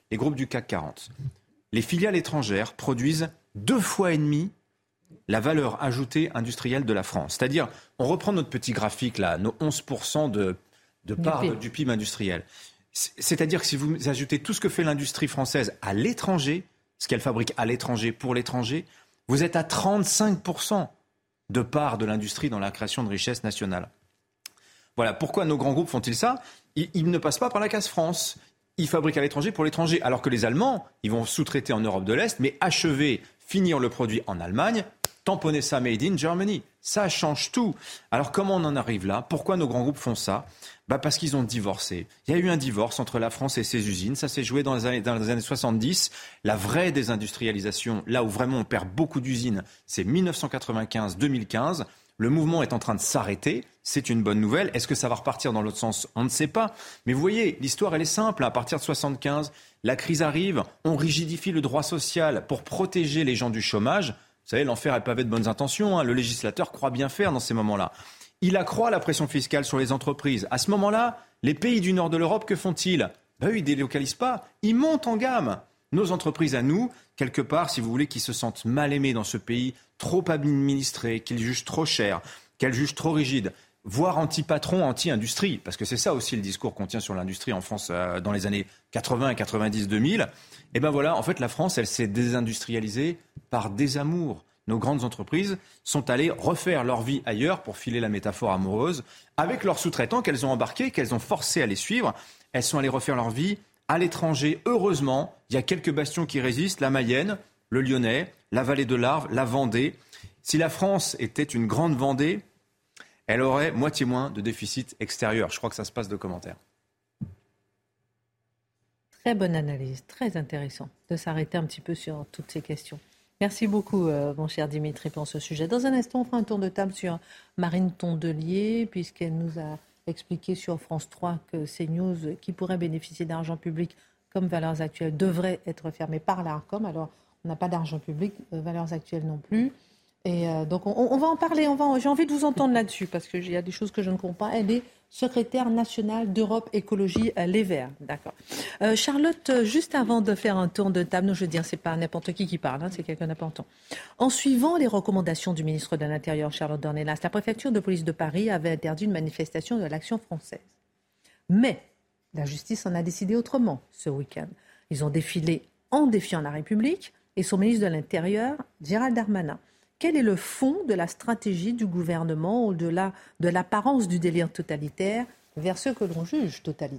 les groupes du CAC 40. Les filiales étrangères produisent 2,5 fois la valeur ajoutée industrielle de la France. C'est-à-dire, on reprend notre petit graphique là, nos 11% de part du PIB industriel. C'est-à-dire que si vous ajoutez tout ce que fait l'industrie française à l'étranger, ce qu'elle fabrique à l'étranger pour l'étranger, vous êtes à 35% de part de l'industrie dans la création de richesses nationales. Voilà, pourquoi nos grands groupes font-ils ça ? Ils ne passent pas par la case France. Ils fabriquent à l'étranger pour l'étranger. Alors que les Allemands, ils vont sous-traiter en Europe de l'Est, mais achever, finir le produit en Allemagne, tamponner ça Made in Germany. Ça change tout. Alors comment on en arrive là ? Pourquoi nos grands groupes font ça ? Parce qu'ils ont divorcé. Il y a eu un divorce entre la France et ses usines. Ça s'est joué dans les années 70. La vraie désindustrialisation, là où vraiment on perd beaucoup d'usines, c'est 1995-2015. Le mouvement est en train de s'arrêter. C'est une bonne nouvelle. Est-ce que ça va repartir dans l'autre sens ? On ne sait pas. Mais vous voyez, l'histoire, elle est simple. À partir de 75, la crise arrive. On rigidifie le droit social pour protéger les gens du chômage. Vous savez, l'enfer est pavé de bonnes intentions. Le législateur croit bien faire dans ces moments-là. Il accroît la pression fiscale sur les entreprises. À ce moment-là, les pays du nord de l'Europe, que font-ils ? Eux, ils ne délocalisent pas. Ils montent en gamme. Nos entreprises à nous, quelque part, si vous voulez, qui se sentent mal aimées dans ce pays, trop administrées, qu'ils jugent trop cher, qu'elles jugent trop rigides, voire anti-patron, anti-industrie. Parce que c'est ça aussi le discours qu'on tient sur l'industrie en France dans les années 80, 90, 2000. Et ben voilà, en fait, la France, elle s'est désindustrialisée par désamour. Nos grandes entreprises sont allées refaire leur vie ailleurs, pour filer la métaphore amoureuse, avec leurs sous-traitants qu'elles ont embarqués, qu'elles ont forcés à les suivre. Elles sont allées refaire leur vie à l'étranger. Heureusement, il y a quelques bastions qui résistent, la Mayenne, le Lyonnais, la vallée de l'Arve, la Vendée. Si la France était une grande Vendée, elle aurait moitié moins de déficit extérieur. Je crois que ça se passe de commentaires. Très bonne analyse, très intéressant de s'arrêter un petit peu sur toutes ces questions. Merci beaucoup, mon cher Dimitri, pour ce sujet. Dans un instant, on fera un tour de table sur Marine Tondelier, puisqu'elle nous a expliqué sur France 3 que CNews, qui pourrait bénéficier d'argent public comme Valeurs Actuelles, devrait être fermé par l'ARCOM. Alors, on n'a pas d'argent public, Valeurs Actuelles non plus. Et donc, on va en parler. J'ai envie de vous entendre là-dessus, parce qu'il y a des choses que je ne comprends pas. Elle est secrétaire nationale d'Europe Écologie Les Verts. D'accord. Charlotte, juste avant de faire un tour de table, je veux dire, c'est pas n'importe qui parle, c'est quelqu'un d'important. En suivant les recommandations du ministre de l'Intérieur, Charlotte Dornelas, la préfecture de police de Paris avait interdit une manifestation de l'Action française. Mais la justice en a décidé autrement ce week-end. Ils ont défilé en défiant la République et son ministre de l'Intérieur, Gérald Darmanin. Quel est le fond de la stratégie du gouvernement au-delà de l'apparence du délire totalitaire vers ceux que l'on juge totalitaires ?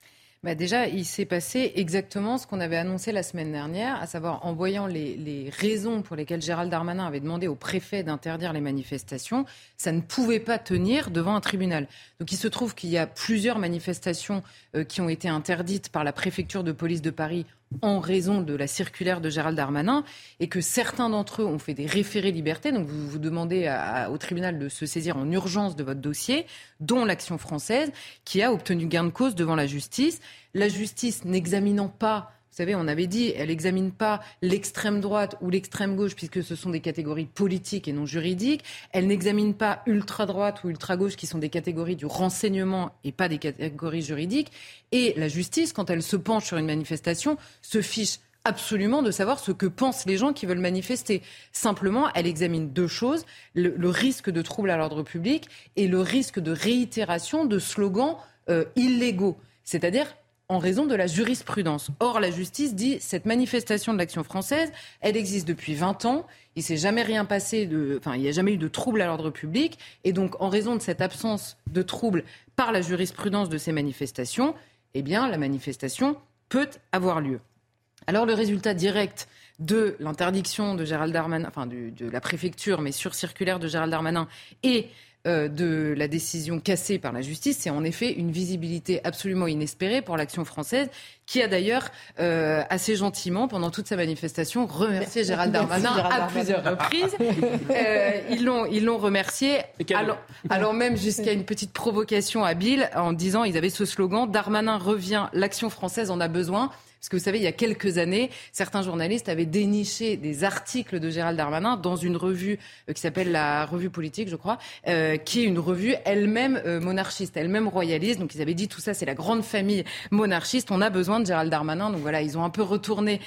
Déjà, il s'est passé exactement ce qu'on avait annoncé la semaine dernière, à savoir en voyant les raisons pour lesquelles Gérald Darmanin avait demandé au préfet d'interdire les manifestations, ça ne pouvait pas tenir devant un tribunal. Donc il se trouve qu'il y a plusieurs manifestations qui ont été interdites par la préfecture de police de Paris en raison de la circulaire de Gérald Darmanin, et que certains d'entre eux ont fait des référés liberté. Donc vous demandez au tribunal de se saisir en urgence de votre dossier, dont l'Action française, qui a obtenu gain de cause devant la justice. La justice n'examinant pas, vous savez, on avait dit, elle n'examine pas l'extrême droite ou l'extrême gauche, puisque ce sont des catégories politiques et non juridiques. Elle n'examine pas ultra-droite ou ultra-gauche, qui sont des catégories du renseignement et pas des catégories juridiques. Et la justice, quand elle se penche sur une manifestation, se fiche absolument de savoir ce que pensent les gens qui veulent manifester. Simplement, elle examine deux choses, le risque de trouble à l'ordre public et le risque de réitération de slogans illégaux. C'est-à-dire en raison de la jurisprudence. Or, la justice dit, cette manifestation de l'Action française, elle existe depuis 20 ans, il ne s'est jamais rien passé, il n'y a jamais eu de trouble à l'ordre public, et donc en raison de cette absence de trouble par la jurisprudence de ces manifestations, eh bien, la manifestation peut avoir lieu. Alors, le résultat direct de l'interdiction de Gérald Darmanin, de la préfecture, mais sur circulaire de Gérald Darmanin, et de la décision cassée par la justice, c'est en effet une visibilité absolument inespérée pour l'Action française, qui a d'ailleurs assez gentiment, pendant toute sa manifestation, remercié Gérald Darmanin à plusieurs reprises. Ils l'ont remercié, allant même jusqu'à une petite provocation habile, en disant, ils avaient ce slogan, Darmanin revient, l'Action française en a besoin. Parce que vous savez, il y a quelques années, certains journalistes avaient déniché des articles de Gérald Darmanin dans une revue qui s'appelle la Revue Politique, je crois, qui est une revue elle-même monarchiste, elle-même royaliste. Donc ils avaient dit tout ça, c'est la grande famille monarchiste, on a besoin de Gérald Darmanin. Donc voilà, ils ont un peu retourné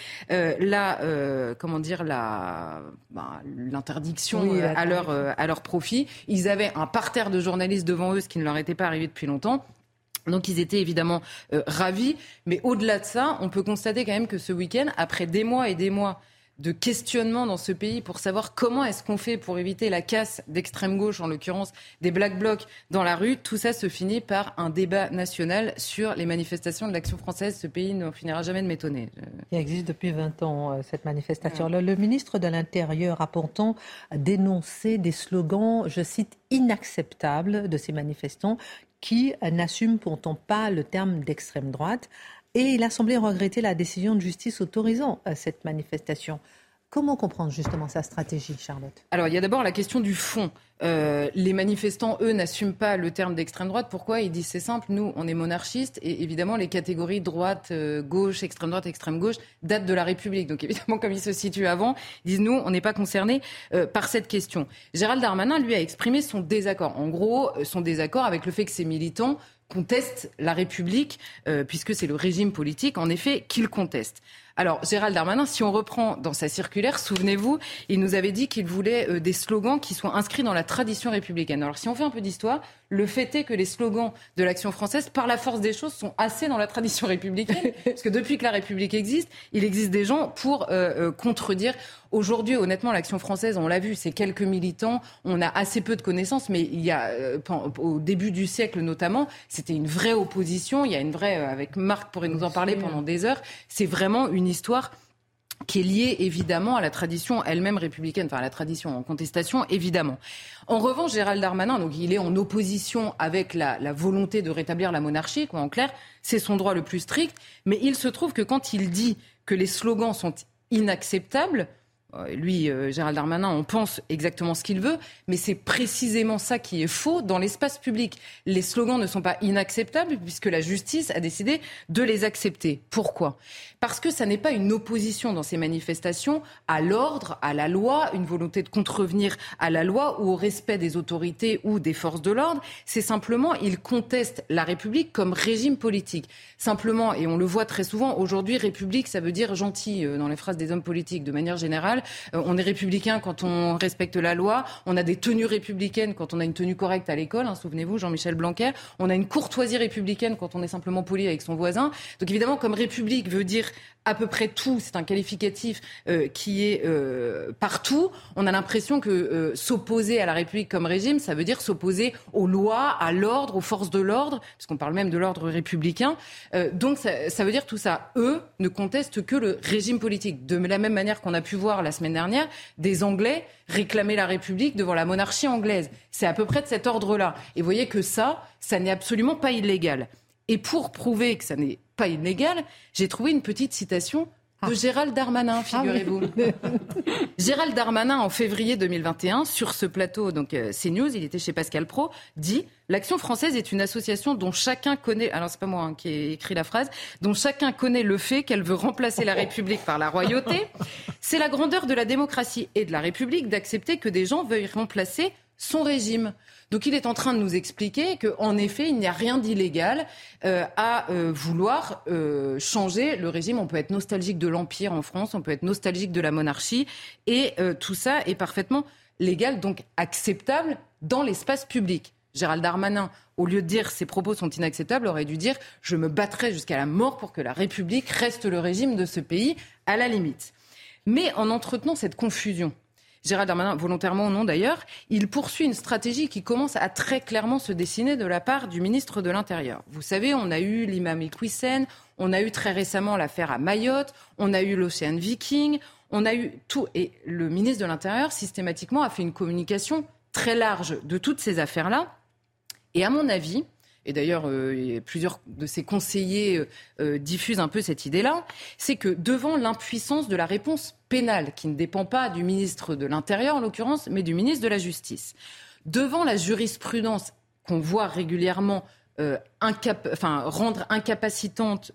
l'interdiction à leur profit. Ils avaient un parterre de journalistes devant eux, ce qui ne leur était pas arrivé depuis longtemps. Donc ils étaient évidemment ravis, mais au-delà de ça, on peut constater quand même que ce week-end, après des mois et des mois de questionnement dans ce pays pour savoir comment est-ce qu'on fait pour éviter la casse d'extrême gauche, en l'occurrence des Black Blocs dans la rue, tout ça se finit par un débat national sur les manifestations de l'Action française. Ce pays ne finira jamais de m'étonner. Il existe depuis 20 ans, cette manifestation. Le ministre de l'Intérieur a pourtant dénoncé des slogans, je cite, inacceptables de ces manifestants qui n'assument pourtant pas le terme d'extrême droite. Et il a semblé regretter la décision de justice autorisant cette manifestation. Comment comprendre justement sa stratégie, Charlotte ? Alors, il y a d'abord la question du fond. Les manifestants, eux, n'assument pas le terme d'extrême droite. Pourquoi ? Ils disent c'est simple, nous, on est monarchistes et évidemment, les catégories droite, gauche, extrême droite, extrême gauche datent de la République. Donc évidemment, comme ils se situent avant, ils disent nous, on n'est pas concernés par cette question. Gérald Darmanin, lui, a exprimé son désaccord. En gros, son désaccord avec le fait que ses militants contestent la République, puisque c'est le régime politique, en effet, qu'il conteste. Alors, Gérald Darmanin, si on reprend dans sa circulaire, souvenez-vous, il nous avait dit qu'il voulait des slogans qui soient inscrits dans la tradition républicaine. Alors, si on fait un peu d'histoire, le fait est que les slogans de l'Action française, par la force des choses, sont assez dans la tradition républicaine, parce que depuis que la République existe, il existe des gens pour contredire. Aujourd'hui, honnêtement, l'Action française, on l'a vu, c'est quelques militants, on a assez peu de connaissances, mais il y a, au début du siècle notamment, c'était une vraie opposition, il y a une vraie, avec Marc pourrait nous en parler pendant des heures, c'est vraiment une histoire qui est liée évidemment à la tradition elle-même républicaine, enfin à la tradition en contestation évidemment. En revanche, Gérald Darmanin, donc il est en opposition avec la volonté de rétablir la monarchie, quoi, en clair, c'est son droit le plus strict, mais il se trouve que quand il dit que les slogans sont inacceptables, lui, Gérald Darmanin, on pense exactement ce qu'il veut, mais c'est précisément ça qui est faux dans l'espace public. Les slogans ne sont pas inacceptables puisque la justice a décidé de les accepter. Pourquoi ? Parce que ça n'est pas une opposition dans ces manifestations à l'ordre, à la loi, une volonté de contrevenir à la loi ou au respect des autorités ou des forces de l'ordre. C'est simplement, ils contestent la République comme régime politique. Simplement, et on le voit très souvent, aujourd'hui, République, ça veut dire gentil dans les phrases des hommes politiques de manière générale. On est républicain quand on respecte la loi. On a des tenues républicaines quand on a une tenue correcte à l'école. Souvenez-vous, Jean-Michel Blanquer. On a une courtoisie républicaine quand on est simplement poli avec son voisin. Donc évidemment, comme République veut dire à peu près tout, c'est un qualificatif qui est partout. On a l'impression que s'opposer à la République comme régime, ça veut dire s'opposer aux lois, à l'ordre, aux forces de l'ordre, puisqu'on parle même de l'ordre républicain. Donc ça veut dire tout ça. Eux ne contestent que le régime politique. De la même manière qu'on a pu voir la semaine dernière des Anglais réclamer la République devant la monarchie anglaise. C'est à peu près de cet ordre-là. Et vous voyez que ça n'est absolument pas illégal. Et pour prouver que ça n'est pas illégal, j'ai trouvé une petite citation de Gérald Darmanin, figurez-vous. Oui. Gérald Darmanin, en février 2021, sur ce plateau, donc CNews, il était chez Pascal Praud, dit « L'Action française est une association dont chacun connaît... » Alors, c'est pas moi qui ai écrit la phrase. « Dont chacun connaît le fait qu'elle veut remplacer la République par la royauté. C'est la grandeur de la démocratie et de la République d'accepter que des gens veuillent remplacer son régime. » Donc il est en train de nous expliquer qu'en effet, il n'y a rien d'illégal à vouloir changer le régime. On peut être nostalgique de l'Empire en France, on peut être nostalgique de la monarchie, et tout ça est parfaitement légal, donc acceptable dans l'espace public. Gérald Darmanin, au lieu de dire ses propos sont inacceptables, aurait dû dire « je me battrai jusqu'à la mort pour que la République reste le régime de ce pays, à la limite ». Mais en entretenant cette confusion, Gérald Darmanin, volontairement ou non d'ailleurs, il poursuit une stratégie qui commence à très clairement se dessiner de la part du ministre de l'Intérieur. Vous savez, on a eu l'imam Iqwisen, on a eu très récemment l'affaire à Mayotte, on a eu l'Ocean Viking, on a eu tout. Et le ministre de l'Intérieur, systématiquement, a fait une communication très large de toutes ces affaires-là. Et à mon avis, et d'ailleurs plusieurs de ses conseillers diffusent un peu cette idée-là, c'est que devant l'impuissance de la réponse pénale, qui ne dépend pas du ministre de l'Intérieur en l'occurrence, mais du ministre de la Justice, devant la jurisprudence qu'on voit régulièrement rendre incapacitante,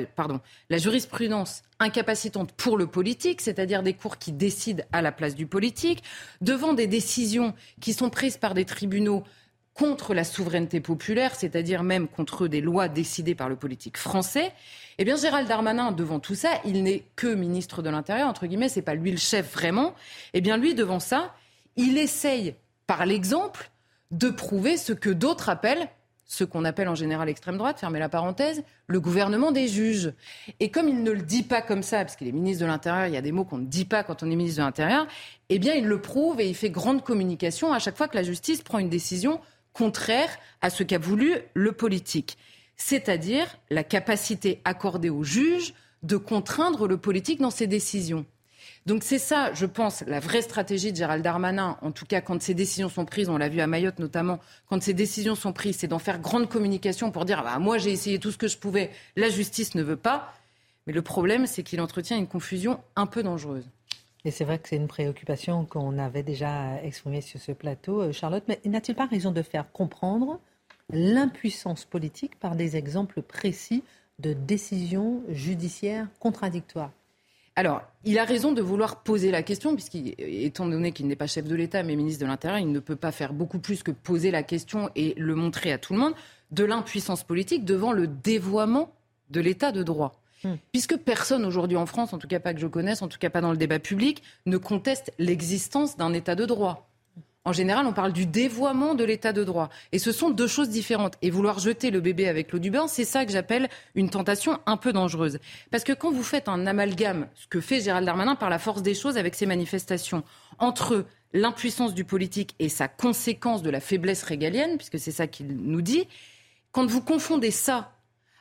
la jurisprudence incapacitante pour le politique, c'est-à-dire des cours qui décident à la place du politique, devant des décisions qui sont prises par des tribunaux contre la souveraineté populaire, c'est-à-dire même contre des lois décidées par le politique français. Eh bien, Gérald Darmanin, devant tout ça, il n'est que ministre de l'Intérieur, entre guillemets, c'est pas lui le chef vraiment. Eh bien, lui, devant ça, il essaye, par l'exemple, de prouver ce que d'autres appellent, ce qu'on appelle en général l'extrême droite, fermez la parenthèse, le gouvernement des juges. Et comme il ne le dit pas comme ça, parce qu'il est ministre de l'Intérieur, il y a des mots qu'on ne dit pas quand on est ministre de l'Intérieur, eh bien, il le prouve et il fait grande communication à chaque fois que la justice prend une décision contraire à ce qu'a voulu le politique. C'est-à-dire la capacité accordée aux juges de contraindre le politique dans ses décisions. Donc c'est ça, je pense, la vraie stratégie de Gérald Darmanin, en tout cas quand ces décisions sont prises, on l'a vu à Mayotte notamment, quand ces décisions sont prises, c'est d'en faire grande communication pour dire moi j'ai essayé tout ce que je pouvais, la justice ne veut pas. Mais le problème, c'est qu'il entretient une confusion un peu dangereuse. Et c'est vrai que c'est une préoccupation qu'on avait déjà exprimée sur ce plateau, Charlotte. Mais n'a-t-il pas raison de faire comprendre l'impuissance politique par des exemples précis de décisions judiciaires contradictoires ? Alors, il a raison de vouloir poser la question, puisqu'étant donné qu'il n'est pas chef de l'État, mais ministre de l'Intérieur, il ne peut pas faire beaucoup plus que poser la question et le montrer à tout le monde, de l'impuissance politique devant le dévoiement de l'État de droit. Puisque personne aujourd'hui en France, en tout cas pas que je connaisse, en tout cas pas dans le débat public, ne conteste l'existence d'un État de droit. En général, on parle du dévoiement de l'État de droit. Et ce sont deux choses différentes. Et vouloir jeter le bébé avec l'eau du bain, c'est ça que j'appelle une tentation un peu dangereuse. Parce que quand vous faites un amalgame, ce que fait Gérald Darmanin par la force des choses avec ses manifestations, entre l'impuissance du politique et sa conséquence de la faiblesse régalienne, puisque c'est ça qu'il nous dit, quand vous confondez ça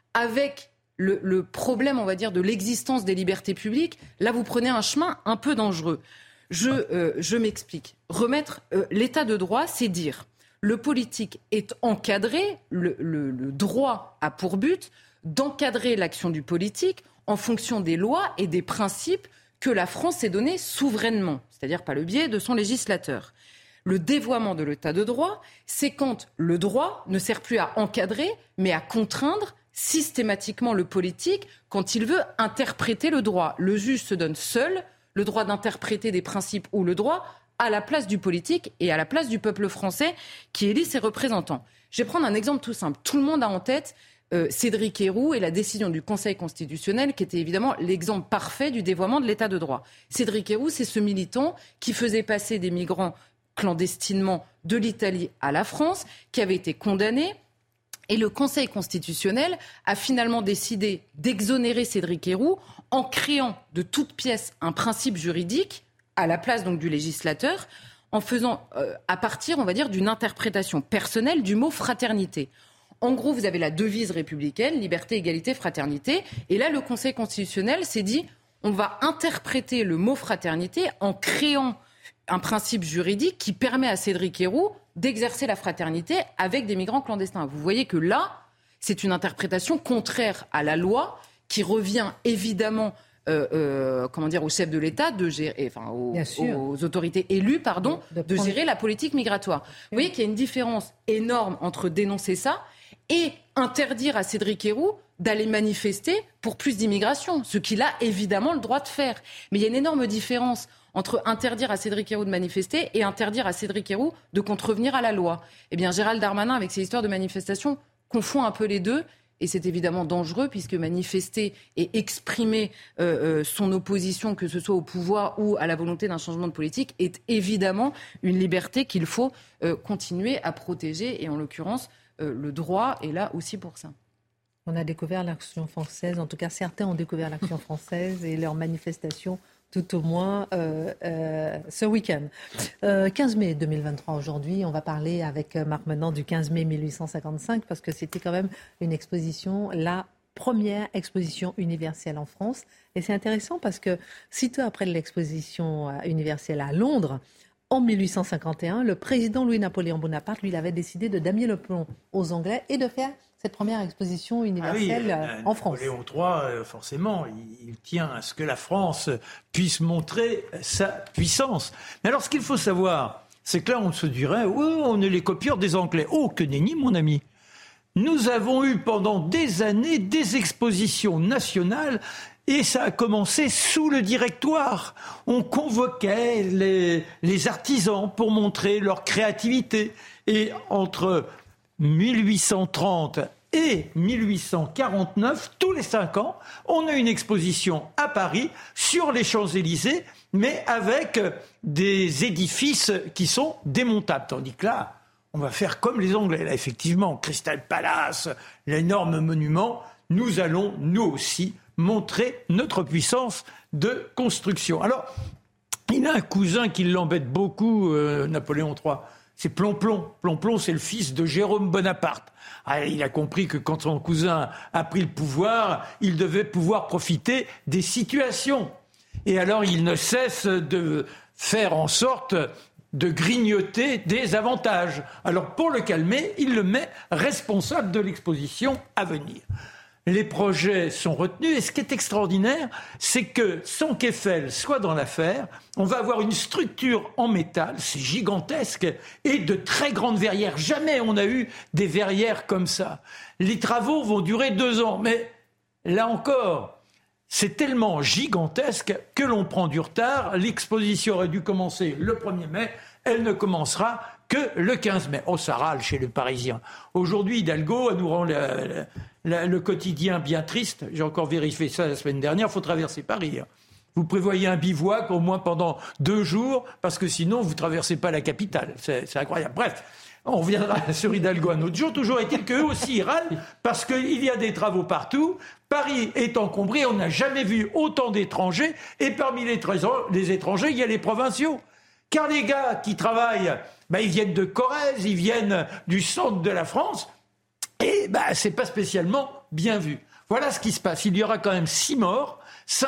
avec le problème, on va dire, de l'existence des libertés publiques, là, vous prenez un chemin un peu dangereux. Je m'explique. Remettre l'état de droit, c'est dire le politique est encadré, le droit a pour but d'encadrer l'action du politique en fonction des lois et des principes que la France s'est donnés souverainement, c'est-à-dire par le biais de son législateur. Le dévoiement de l'état de droit, c'est quand le droit ne sert plus à encadrer, mais à contraindre systématiquement le politique quand il veut interpréter le droit. Le juge se donne seul le droit d'interpréter des principes ou le droit à la place du politique et à la place du peuple français qui élit ses représentants. Je vais prendre un exemple tout simple. Tout le monde a en tête Cédric Herrou et la décision du Conseil constitutionnel qui était évidemment l'exemple parfait du dévoiement de l'état de droit. Cédric Herrou, c'est ce militant qui faisait passer des migrants clandestinement de l'Italie à la France, qui avait été condamné. Et le Conseil constitutionnel a finalement décidé d'exonérer Cédric Herrou en créant de toutes pièces un principe juridique à la place donc du législateur, en faisant à partir, on va dire, d'une interprétation personnelle du mot fraternité. En gros, vous avez la devise républicaine, liberté, égalité, fraternité. Et là, le Conseil constitutionnel s'est dit, on va interpréter le mot fraternité en créant un principe juridique qui permet à Cédric Herrou d'exercer la fraternité avec des migrants clandestins. Vous voyez que là, c'est une interprétation contraire à la loi qui revient évidemment au chef de l'État de gérer, aux autorités élues, de gérer la politique migratoire. Vous voyez qu'il y a une différence énorme entre dénoncer ça et interdire à Cédric Herrou d'aller manifester pour plus d'immigration, ce qu'il a évidemment le droit de faire. Mais il y a une énorme différence entre interdire à Cédric Herrou de manifester et interdire à Cédric Herrou de contrevenir à la loi. Eh bien, Gérald Darmanin, avec ses histoires de manifestation, confond un peu les deux. Et c'est évidemment dangereux puisque manifester et exprimer son opposition, que ce soit au pouvoir ou à la volonté d'un changement de politique, est évidemment une liberté qu'il faut continuer à protéger. Et en l'occurrence, le droit est là aussi pour ça. On a découvert l'action française, en tout cas certains ont découvert l'action française et leurs manifestations tout au moins ce week-end. 15 mai 2023 aujourd'hui, on va parler avec Marc Menant du 15 mai 1855 parce que c'était quand même une exposition, la première exposition universelle en France. Et c'est intéressant parce que sitôt après l'exposition universelle à Londres, en 1851, le président Louis-Napoléon Bonaparte, lui, il avait décidé de damier le plomb aux Anglais et de faire cette première exposition universelle en France. Napoléon III, forcément, il tient à ce que la France puisse montrer sa puissance. Mais alors, ce qu'il faut savoir, c'est que là, on se dirait, on est les copieurs des Anglais. Oh, que nenni, mon ami. nous avons eu pendant des années des expositions nationales. Et ça a commencé sous le Directoire. On convoquait les artisans pour montrer leur créativité. Et entre 1830 et 1849, tous les 5 ans, on a une exposition à Paris sur les Champs-Élysées, mais avec des édifices qui sont démontables. Tandis que là, on va faire comme les Anglais. Là, effectivement, Crystal Palace, l'énorme monument, nous allons, nous aussi, montrer notre puissance de construction. Alors, il a un cousin qui l'embête beaucoup, Napoléon III, c'est Plomplon. Plomplon, c'est le fils de Jérôme Bonaparte. Il a compris que quand son cousin a pris le pouvoir, il devait pouvoir profiter des situations. Et alors, il ne cesse de faire en sorte de grignoter des avantages. Alors, pour le calmer, il le met responsable de l'exposition à venir. Les projets sont retenus et ce qui est extraordinaire, c'est que sans qu'Eiffel soit dans l'affaire, on va avoir une structure en métal, c'est gigantesque, et de très grandes verrières. Jamais on a eu des verrières comme ça. Les travaux vont durer 2 ans, mais là encore, c'est tellement gigantesque que l'on prend du retard. L'exposition aurait dû commencer le 1er mai, elle ne commencera que le 15 mai. Oh, ça râle chez les Parisiens. Aujourd'hui, Hidalgo nous rend le quotidien bien triste. J'ai encore vérifié ça la semaine dernière. Il faut traverser Paris. Vous prévoyez un bivouac au moins pendant 2 jours, parce que sinon, vous ne traversez pas la capitale. C'est incroyable. Bref, on reviendra sur Hidalgo un autre jour. Toujours est-il qu'eux aussi ils râlent, parce qu'il y a des travaux partout. Paris est encombré. On n'a jamais vu autant d'étrangers. Et parmi les étrangers, il y a les provinciaux. Car les gars qui travaillent, ils viennent de Corrèze, ils viennent du centre de la France, et c'est pas spécialement bien vu. Voilà ce qui se passe. Il y aura quand même 6 morts,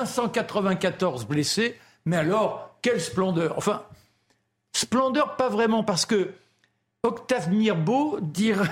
594 blessés, mais alors, quelle splendeur. Enfin, splendeur pas vraiment, parce que Octave Mirbeau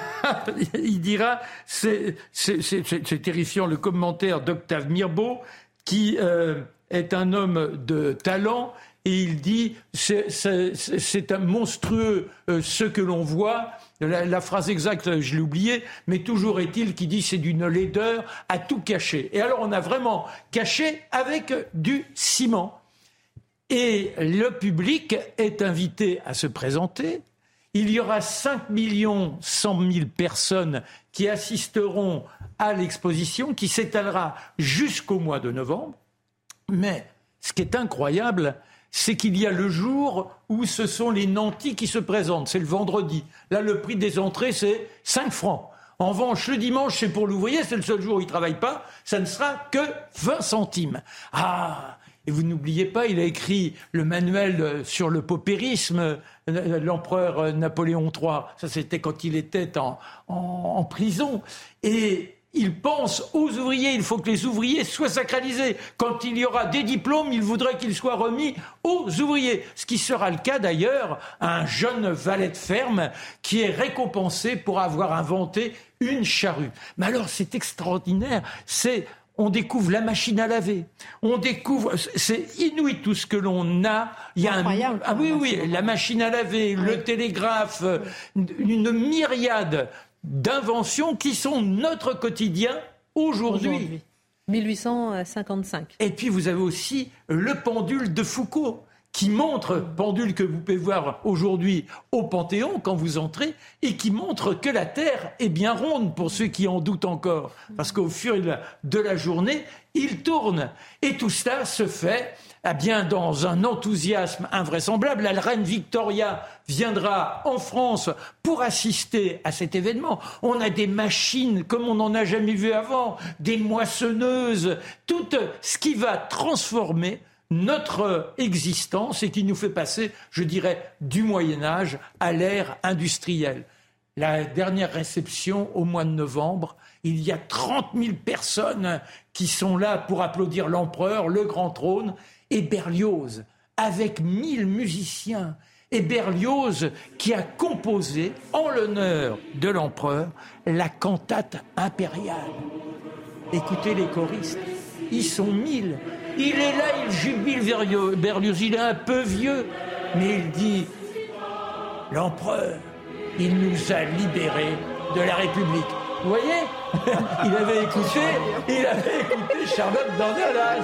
dira, c'est terrifiant le commentaire d'Octave Mirbeau, qui est un homme de talent. Et il dit, c'est un monstrueux ce que l'on voit. La phrase exacte, je l'ai oubliée, mais toujours est-il qu'il dit c'est d'une laideur à tout cacher. Et alors on a vraiment caché avec du ciment. Et le public est invité à se présenter. Il y aura 5 100 000 personnes qui assisteront à l'exposition qui s'étalera jusqu'au mois de novembre. Mais ce qui est incroyable, c'est qu'il y a le jour où ce sont les nantis qui se présentent. C'est le vendredi. Là, le prix des entrées, c'est 5 francs. En revanche, le dimanche, c'est pour l'ouvrier, c'est le seul jour où il ne travaille pas, ça ne sera que 20 centimes. Et vous n'oubliez pas, il a écrit le manuel sur le paupérisme, l'empereur Napoléon III. Ça, c'était quand il était en prison. Et il pense aux ouvriers, il faut que les ouvriers soient sacralisés. Quand il y aura des diplômes, il voudrait qu'ils soient remis aux ouvriers. Ce qui sera le cas d'ailleurs à un jeune valet de ferme qui est récompensé pour avoir inventé une charrue. Mais alors c'est extraordinaire, on découvre la machine à laver, c'est inouï tout ce que l'on a. Il y a la machine à laver, le télégraphe, une myriade d'inventions qui sont notre quotidien aujourd'hui. 1855. Et puis vous avez aussi le pendule de Foucault, qui montre, pendule que vous pouvez voir aujourd'hui au Panthéon quand vous entrez, et qui montre que la Terre est bien ronde, pour ceux qui en doutent encore, parce qu'au fur et de la journée, il tourne. Et tout cela se fait dans un enthousiasme invraisemblable. La reine Victoria viendra en France pour assister à cet événement. On a des machines comme on n'en a jamais vu avant, des moissonneuses, tout ce qui va transformer notre existence et qui nous fait passer, je dirais, du Moyen-Âge à l'ère industrielle. La dernière réception, au mois de novembre, il y a 30 000 personnes qui sont là pour applaudir l'empereur, le grand trône, et Berlioz, avec 1000 musiciens. Et Berlioz qui a composé, en l'honneur de l'empereur, la cantate impériale. Écoutez les choristes, ils sont 1000. Il est là, il jubile Berlioz, il est un peu vieux, mais il dit « L'empereur, il nous a libérés de la République ». Vous voyez, il avait écouté Charlotte Dornelas.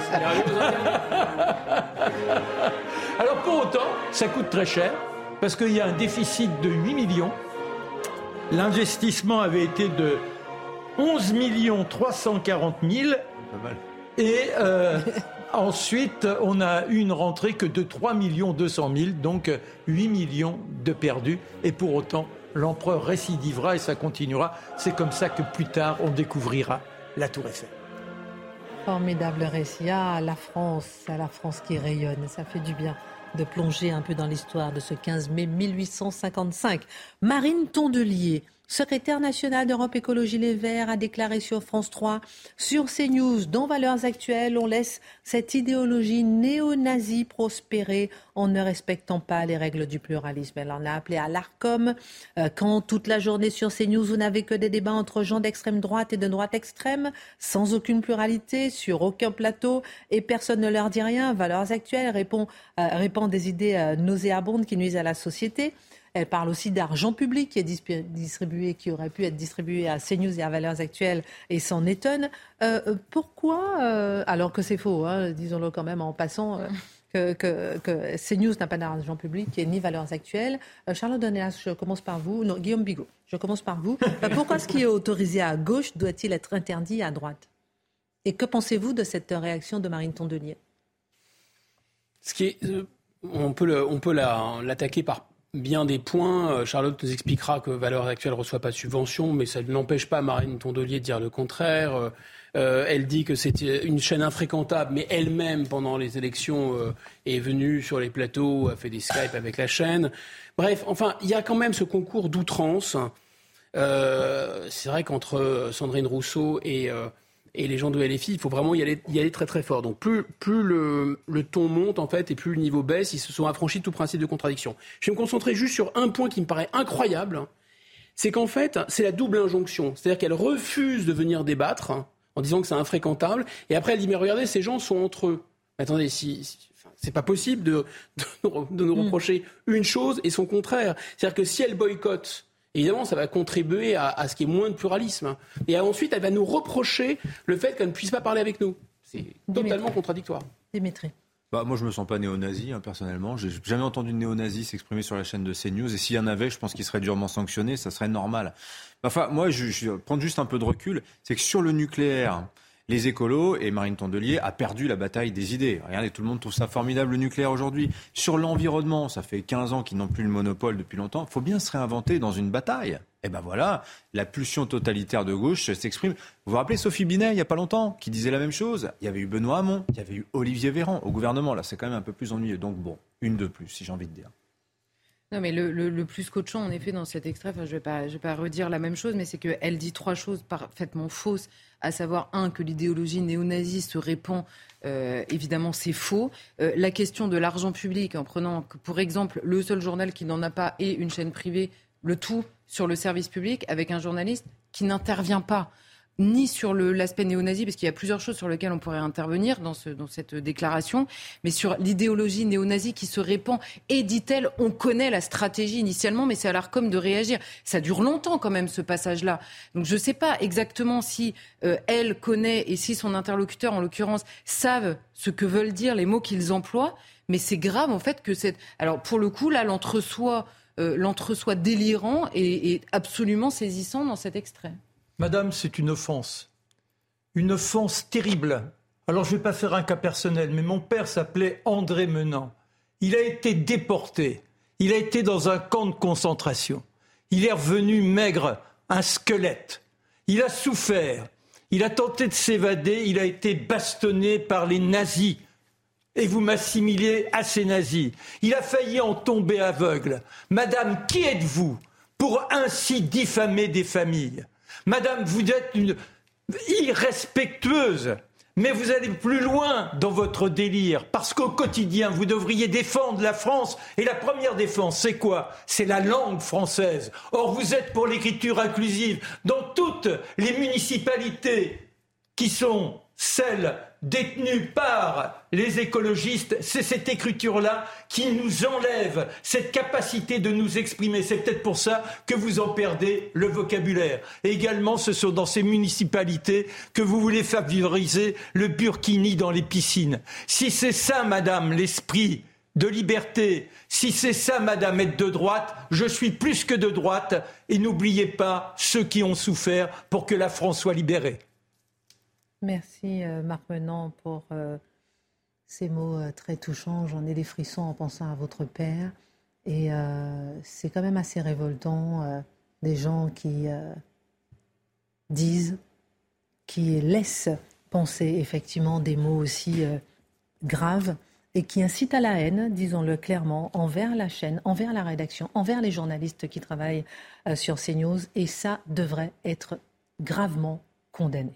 Alors pour autant, ça coûte très cher, parce qu'il y a un déficit de 8 millions. L'investissement avait été de 11 340 000. Pas mal. Et ensuite, on a eu une rentrée que de 3 200 000, donc 8 millions de perdus. Et pour autant, l'empereur récidivera et ça continuera. C'est comme ça que plus tard, on découvrira la Tour Eiffel. Formidable récit. À la France qui rayonne. Ça fait du bien de plonger un peu dans l'histoire de ce 15 mai 1855. Marine Tondelier, secrétaire nationale d'Europe Écologie Les Verts, a déclaré sur France 3, sur CNews, dans Valeurs Actuelles, on laisse cette idéologie néo-nazie prospérer en ne respectant pas les règles du pluralisme. Elle en a appelé à l'ARCOM. Quand toute la journée sur CNews, vous n'avez que des débats entre gens d'extrême droite et de droite extrême, sans aucune pluralité, sur aucun plateau, et personne ne leur dit rien. Valeurs Actuelles répand des idées nauséabondes qui nuisent à la société. Elle parle aussi d'argent public qui est distribué, qui aurait pu être distribué à CNews et à Valeurs Actuelles, et s'en étonne. Pourquoi, alors que c'est faux, disons-le quand même en passant, que CNews n'a pas d'argent public et ni Valeurs Actuelles. Charlotte Dornelas, je commence par vous. Non, Guillaume Bigot, je commence par vous. Pourquoi ce qui est autorisé à gauche doit-il être interdit à droite ? Et que pensez-vous de cette réaction de Marine Tondelier ? On peut l'attaquer par bien des points. Charlotte nous expliquera que Valeurs Actuelles ne reçoit pas de subvention, mais ça ne l'empêche pas, Marine Tondelier, de dire le contraire. Elle dit que c'est une chaîne infréquentable, mais elle-même, pendant les élections, est venue sur les plateaux, a fait des Skype avec la chaîne. Bref, enfin, il y a quand même ce concours d'outrance. C'est vrai qu'entre Sandrine Rousseau et les gens de LFI, il faut vraiment y aller très très fort. Donc plus le ton monte en fait et plus le niveau baisse, ils se sont affranchis de tout principe de contradiction. Je vais me concentrer juste sur un point qui me paraît incroyable, c'est qu'en fait c'est la double injonction. C'est-à-dire qu'elle refuse de venir débattre en disant que c'est infréquentable, et après elle dit mais regardez, ces gens sont entre eux. Mais attendez, c'est pas possible de nous reprocher une chose et son contraire. C'est-à-dire que si elle boycotte, évidemment, ça va contribuer à ce qui est moins de pluralisme. Et ensuite, elle va nous reprocher le fait qu'elle ne puisse pas parler avec nous. C'est totalement contradictoire. Dimitri. Moi, je ne me sens pas néo-nazi, personnellement. Je n'ai jamais entendu de néo-nazi s'exprimer sur la chaîne de CNews. Et s'il y en avait, je pense qu'il serait durement sanctionné. Ça serait normal. Enfin, moi, je vais prendre juste un peu de recul. C'est que sur le nucléaire, les écolos et Marine Tondelier a perdu la bataille des idées. Regardez, tout le monde trouve ça formidable, le nucléaire aujourd'hui. Sur l'environnement, ça fait 15 ans qu'ils n'ont plus le monopole depuis longtemps. Il faut bien se réinventer dans une bataille. Et ben voilà, la pulsion totalitaire de gauche s'exprime. Vous vous rappelez Sophie Binet, il n'y a pas longtemps, qui disait la même chose. Il y avait eu Benoît Hamon, il y avait eu Olivier Véran au gouvernement. Là, c'est quand même un peu plus ennuyeux. Donc bon, une de plus, si j'ai envie de dire. Non, mais le plus coachant, en effet, dans cet extrait, je vais pas redire la même chose, mais c'est qu'elle dit trois choses parfaitement fausses, à savoir, que l'idéologie néo-nazie se répand, évidemment, c'est faux. La question de l'argent public, en prenant, pour exemple, le seul journal qui n'en a pas et une chaîne privée, le tout sur le service public, avec un journaliste qui n'intervient pas, ni sur l'aspect néo-nazi, parce qu'il y a plusieurs choses sur lesquelles on pourrait intervenir dans cette déclaration, mais sur l'idéologie néo-nazie qui se répand. Et, dit-elle, on connaît la stratégie initialement, mais c'est à l'ARCOM de réagir. Ça dure longtemps quand même, ce passage-là. Donc je ne sais pas exactement si elle connaît et si son interlocuteur, en l'occurrence, savent ce que veulent dire les mots qu'ils emploient, mais c'est grave en fait que c'est... Alors pour le coup, là, l'entre-soi délirant est absolument saisissant dans cet extrait. Madame, c'est une offense terrible. Alors je ne vais pas faire un cas personnel, mais mon père s'appelait André Menant. Il a été déporté, il a été dans un camp de concentration. Il est revenu maigre, un squelette. Il a souffert, il a tenté de s'évader, il a été bastonné par les nazis. Et vous m'assimilez à ces nazis. Il a failli en tomber aveugle. Madame, qui êtes-vous pour ainsi diffamer des familles ? Madame, vous êtes une irrespectueuse, mais vous allez plus loin dans votre délire, parce qu'au quotidien, vous devriez défendre la France, et la première défense, c'est quoi ? C'est la langue française. Or, vous êtes pour l'écriture inclusive dans toutes les municipalités qui sont celle détenue par les écologistes, c'est cette écriture-là qui nous enlève cette capacité de nous exprimer. C'est peut-être pour ça que vous en perdez le vocabulaire. Et également, ce sont dans ces municipalités que vous voulez favoriser le burkini dans les piscines. Si c'est ça, madame, l'esprit de liberté, si c'est ça, madame, être de droite, je suis plus que de droite. Et n'oubliez pas ceux qui ont souffert pour que la France soit libérée. Merci Marc Menant pour ces mots très touchants. J'en ai des frissons en pensant à votre père. Et c'est quand même assez révoltant, des gens qui disent, qui laissent penser effectivement des mots aussi graves et qui incitent à la haine, disons-le clairement, envers la chaîne, envers la rédaction, envers les journalistes qui travaillent sur CNews. Et ça devrait être gravement condamné.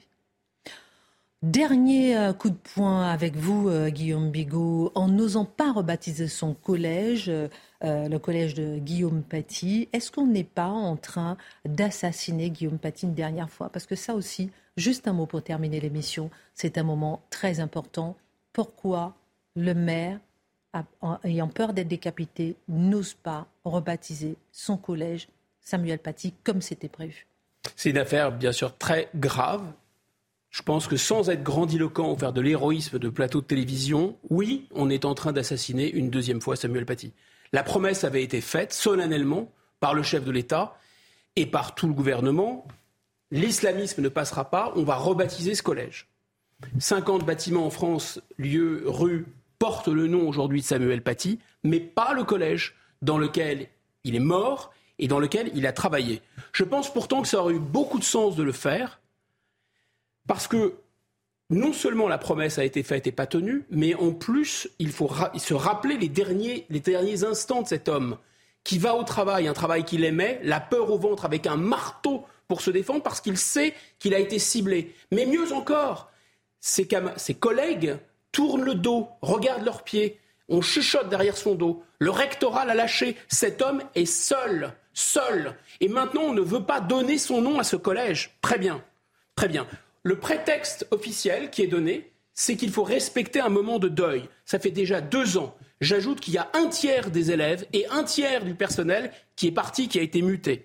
Dernier coup de poing avec vous, Guillaume Bigot, en n'osant pas rebaptiser son collège, le collège de Guillaume Paty. Est-ce qu'on n'est pas en train d'assassiner Guillaume Paty une dernière fois ? Parce que ça aussi, juste un mot pour terminer l'émission, c'est un moment très important. Pourquoi le maire, ayant peur d'être décapité, n'ose pas rebaptiser son collège Samuel Paty comme c'était prévu ? C'est une affaire bien sûr très grave. Je pense que sans être grandiloquent ou faire de l'héroïsme de plateau de télévision, oui, on est en train d'assassiner une deuxième fois Samuel Paty. La promesse avait été faite solennellement par le chef de l'État et par tout le gouvernement. L'islamisme ne passera pas, on va rebaptiser ce collège. 50 bâtiments en France, lieux, rues, portent le nom aujourd'hui de Samuel Paty, mais pas le collège dans lequel il est mort et dans lequel il a travaillé. Je pense pourtant que ça aurait eu beaucoup de sens de le faire, parce que non seulement la promesse a été faite et pas tenue, mais en plus, il faut se rappeler les derniers instants de cet homme qui va au travail, un travail qu'il aimait, la peur au ventre avec un marteau pour se défendre parce qu'il sait qu'il a été ciblé. Mais mieux encore, ses collègues tournent le dos, regardent leurs pieds, on chuchote derrière son dos. Le rectorat l'a lâché. Cet homme est seul. Et maintenant, on ne veut pas donner son nom à ce collège. Très bien. Le prétexte officiel qui est donné, c'est qu'il faut respecter un moment de deuil. Ça fait déjà 2 ans. J'ajoute qu'il y a 1/3 des élèves et 1/3 du personnel qui est parti, qui a été muté.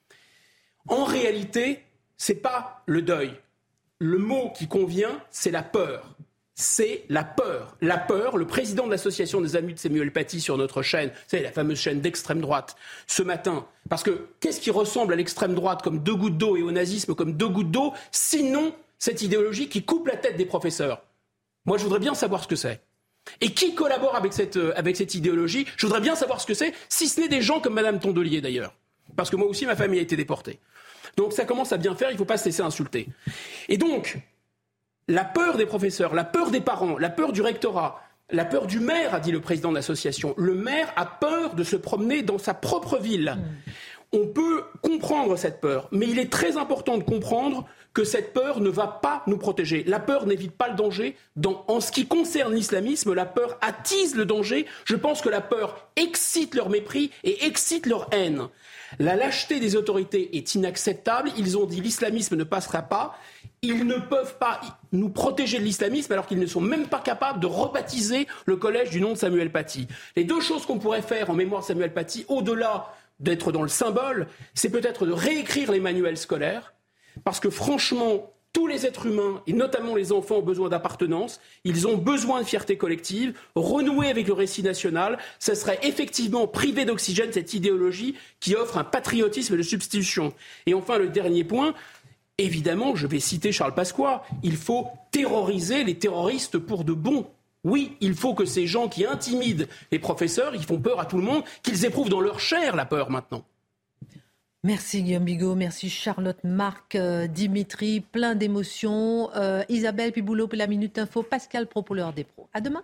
En réalité, ce n'est pas le deuil. Le mot qui convient, c'est la peur. C'est la peur. La peur, le président de l'association des amis de Samuel Paty sur notre chaîne, c'est la fameuse chaîne d'extrême droite, ce matin. Parce que qu'est-ce qui ressemble à l'extrême droite comme 2 gouttes d'eau et au nazisme comme 2 gouttes d'eau, sinon cette idéologie qui coupe la tête des professeurs ? Moi, je voudrais bien savoir ce que c'est. Et qui collabore avec cette idéologie ? Je voudrais bien savoir ce que c'est, si ce n'est des gens comme Madame Tondelier d'ailleurs. Parce que moi aussi, ma famille a été déportée. Donc ça commence à bien faire, il ne faut pas se laisser insulter. Et donc, la peur des professeurs, la peur des parents, la peur du rectorat, la peur du maire, a dit le président de l'association. Le maire a peur de se promener dans sa propre ville. On peut comprendre cette peur, mais il est très important de comprendre que cette peur ne va pas nous protéger. La peur n'évite pas le danger. En ce qui concerne l'islamisme, la peur attise le danger. Je pense que la peur excite leur mépris et excite leur haine. La lâcheté des autorités est inacceptable. Ils ont dit l'islamisme ne passera pas. Ils ne peuvent pas nous protéger de l'islamisme alors qu'ils ne sont même pas capables de rebaptiser le collège du nom de Samuel Paty. Les 2 choses qu'on pourrait faire en mémoire de Samuel Paty, au-delà d'être dans le symbole, c'est peut-être de réécrire les manuels scolaires, parce que franchement, tous les êtres humains, et notamment les enfants, ont besoin d'appartenance, ils ont besoin de fierté collective, renouer avec le récit national, ça serait effectivement priver d'oxygène cette idéologie qui offre un patriotisme de substitution. Et enfin, le dernier point, évidemment, je vais citer Charles Pasqua, il faut terroriser les terroristes pour de bon. Oui, il faut que ces gens qui intimident les professeurs, ils font peur à tout le monde, qu'ils éprouvent dans leur chair la peur maintenant. Merci Guillaume Bigot, merci Charlotte, Marc, Dimitri, plein d'émotions. Isabelle Piboulot pour la Minute Info, Pascal Pro pour l'heure des pros. À demain.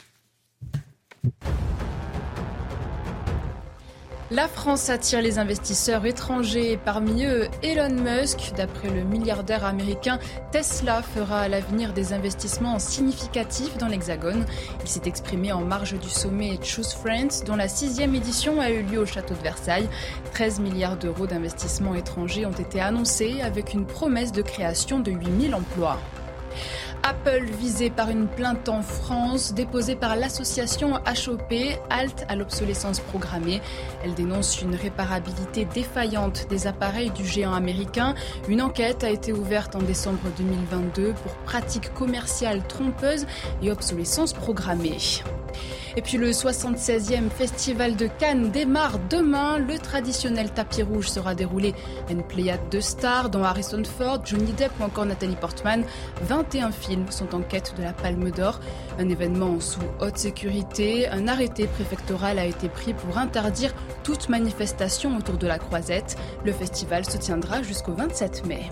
La France attire les investisseurs étrangers, parmi eux Elon Musk. D'après le milliardaire américain, Tesla fera à l'avenir des investissements significatifs dans l'Hexagone. Il s'est exprimé en marge du sommet Choose Friends, dont la 6e édition a eu lieu au château de Versailles. 13 milliards d'euros d'investissements étrangers ont été annoncés avec une promesse de création de 8000 emplois. Apple visé par une plainte en France déposée par l'association HOP, Halte à l'obsolescence programmée. Elle dénonce une réparabilité défaillante des appareils du géant américain. Une enquête a été ouverte en décembre 2022 pour pratiques commerciales trompeuses et obsolescence programmée. Et puis le 76e Festival de Cannes démarre demain. Le traditionnel tapis rouge sera déroulé à une pléiade de stars dont Harrison Ford, Johnny Depp ou encore Nathalie Portman. 21 films sont en quête de la Palme d'Or. Un événement sous haute sécurité. Un arrêté préfectoral a été pris pour interdire toute manifestation autour de la Croisette. Le festival se tiendra jusqu'au 27 mai.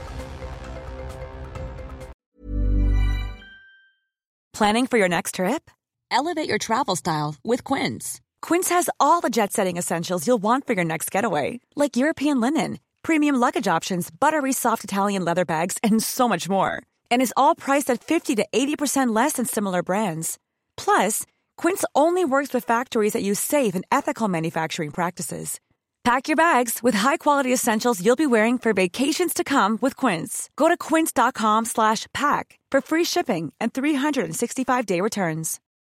Planning for your next trip? Elevate your travel style with Quince. Quince has all the jet-setting essentials you'll want for your next getaway, like European linen, premium luggage options, buttery soft Italian leather bags, and so much more. And is all priced at 50 to 80% less than similar brands. Plus, Quince only works with factories that use safe and ethical manufacturing practices. Pack your bags with high-quality essentials you'll be wearing for vacations to come with Quince. Go to quince.com/pack for free shipping and 365-day returns.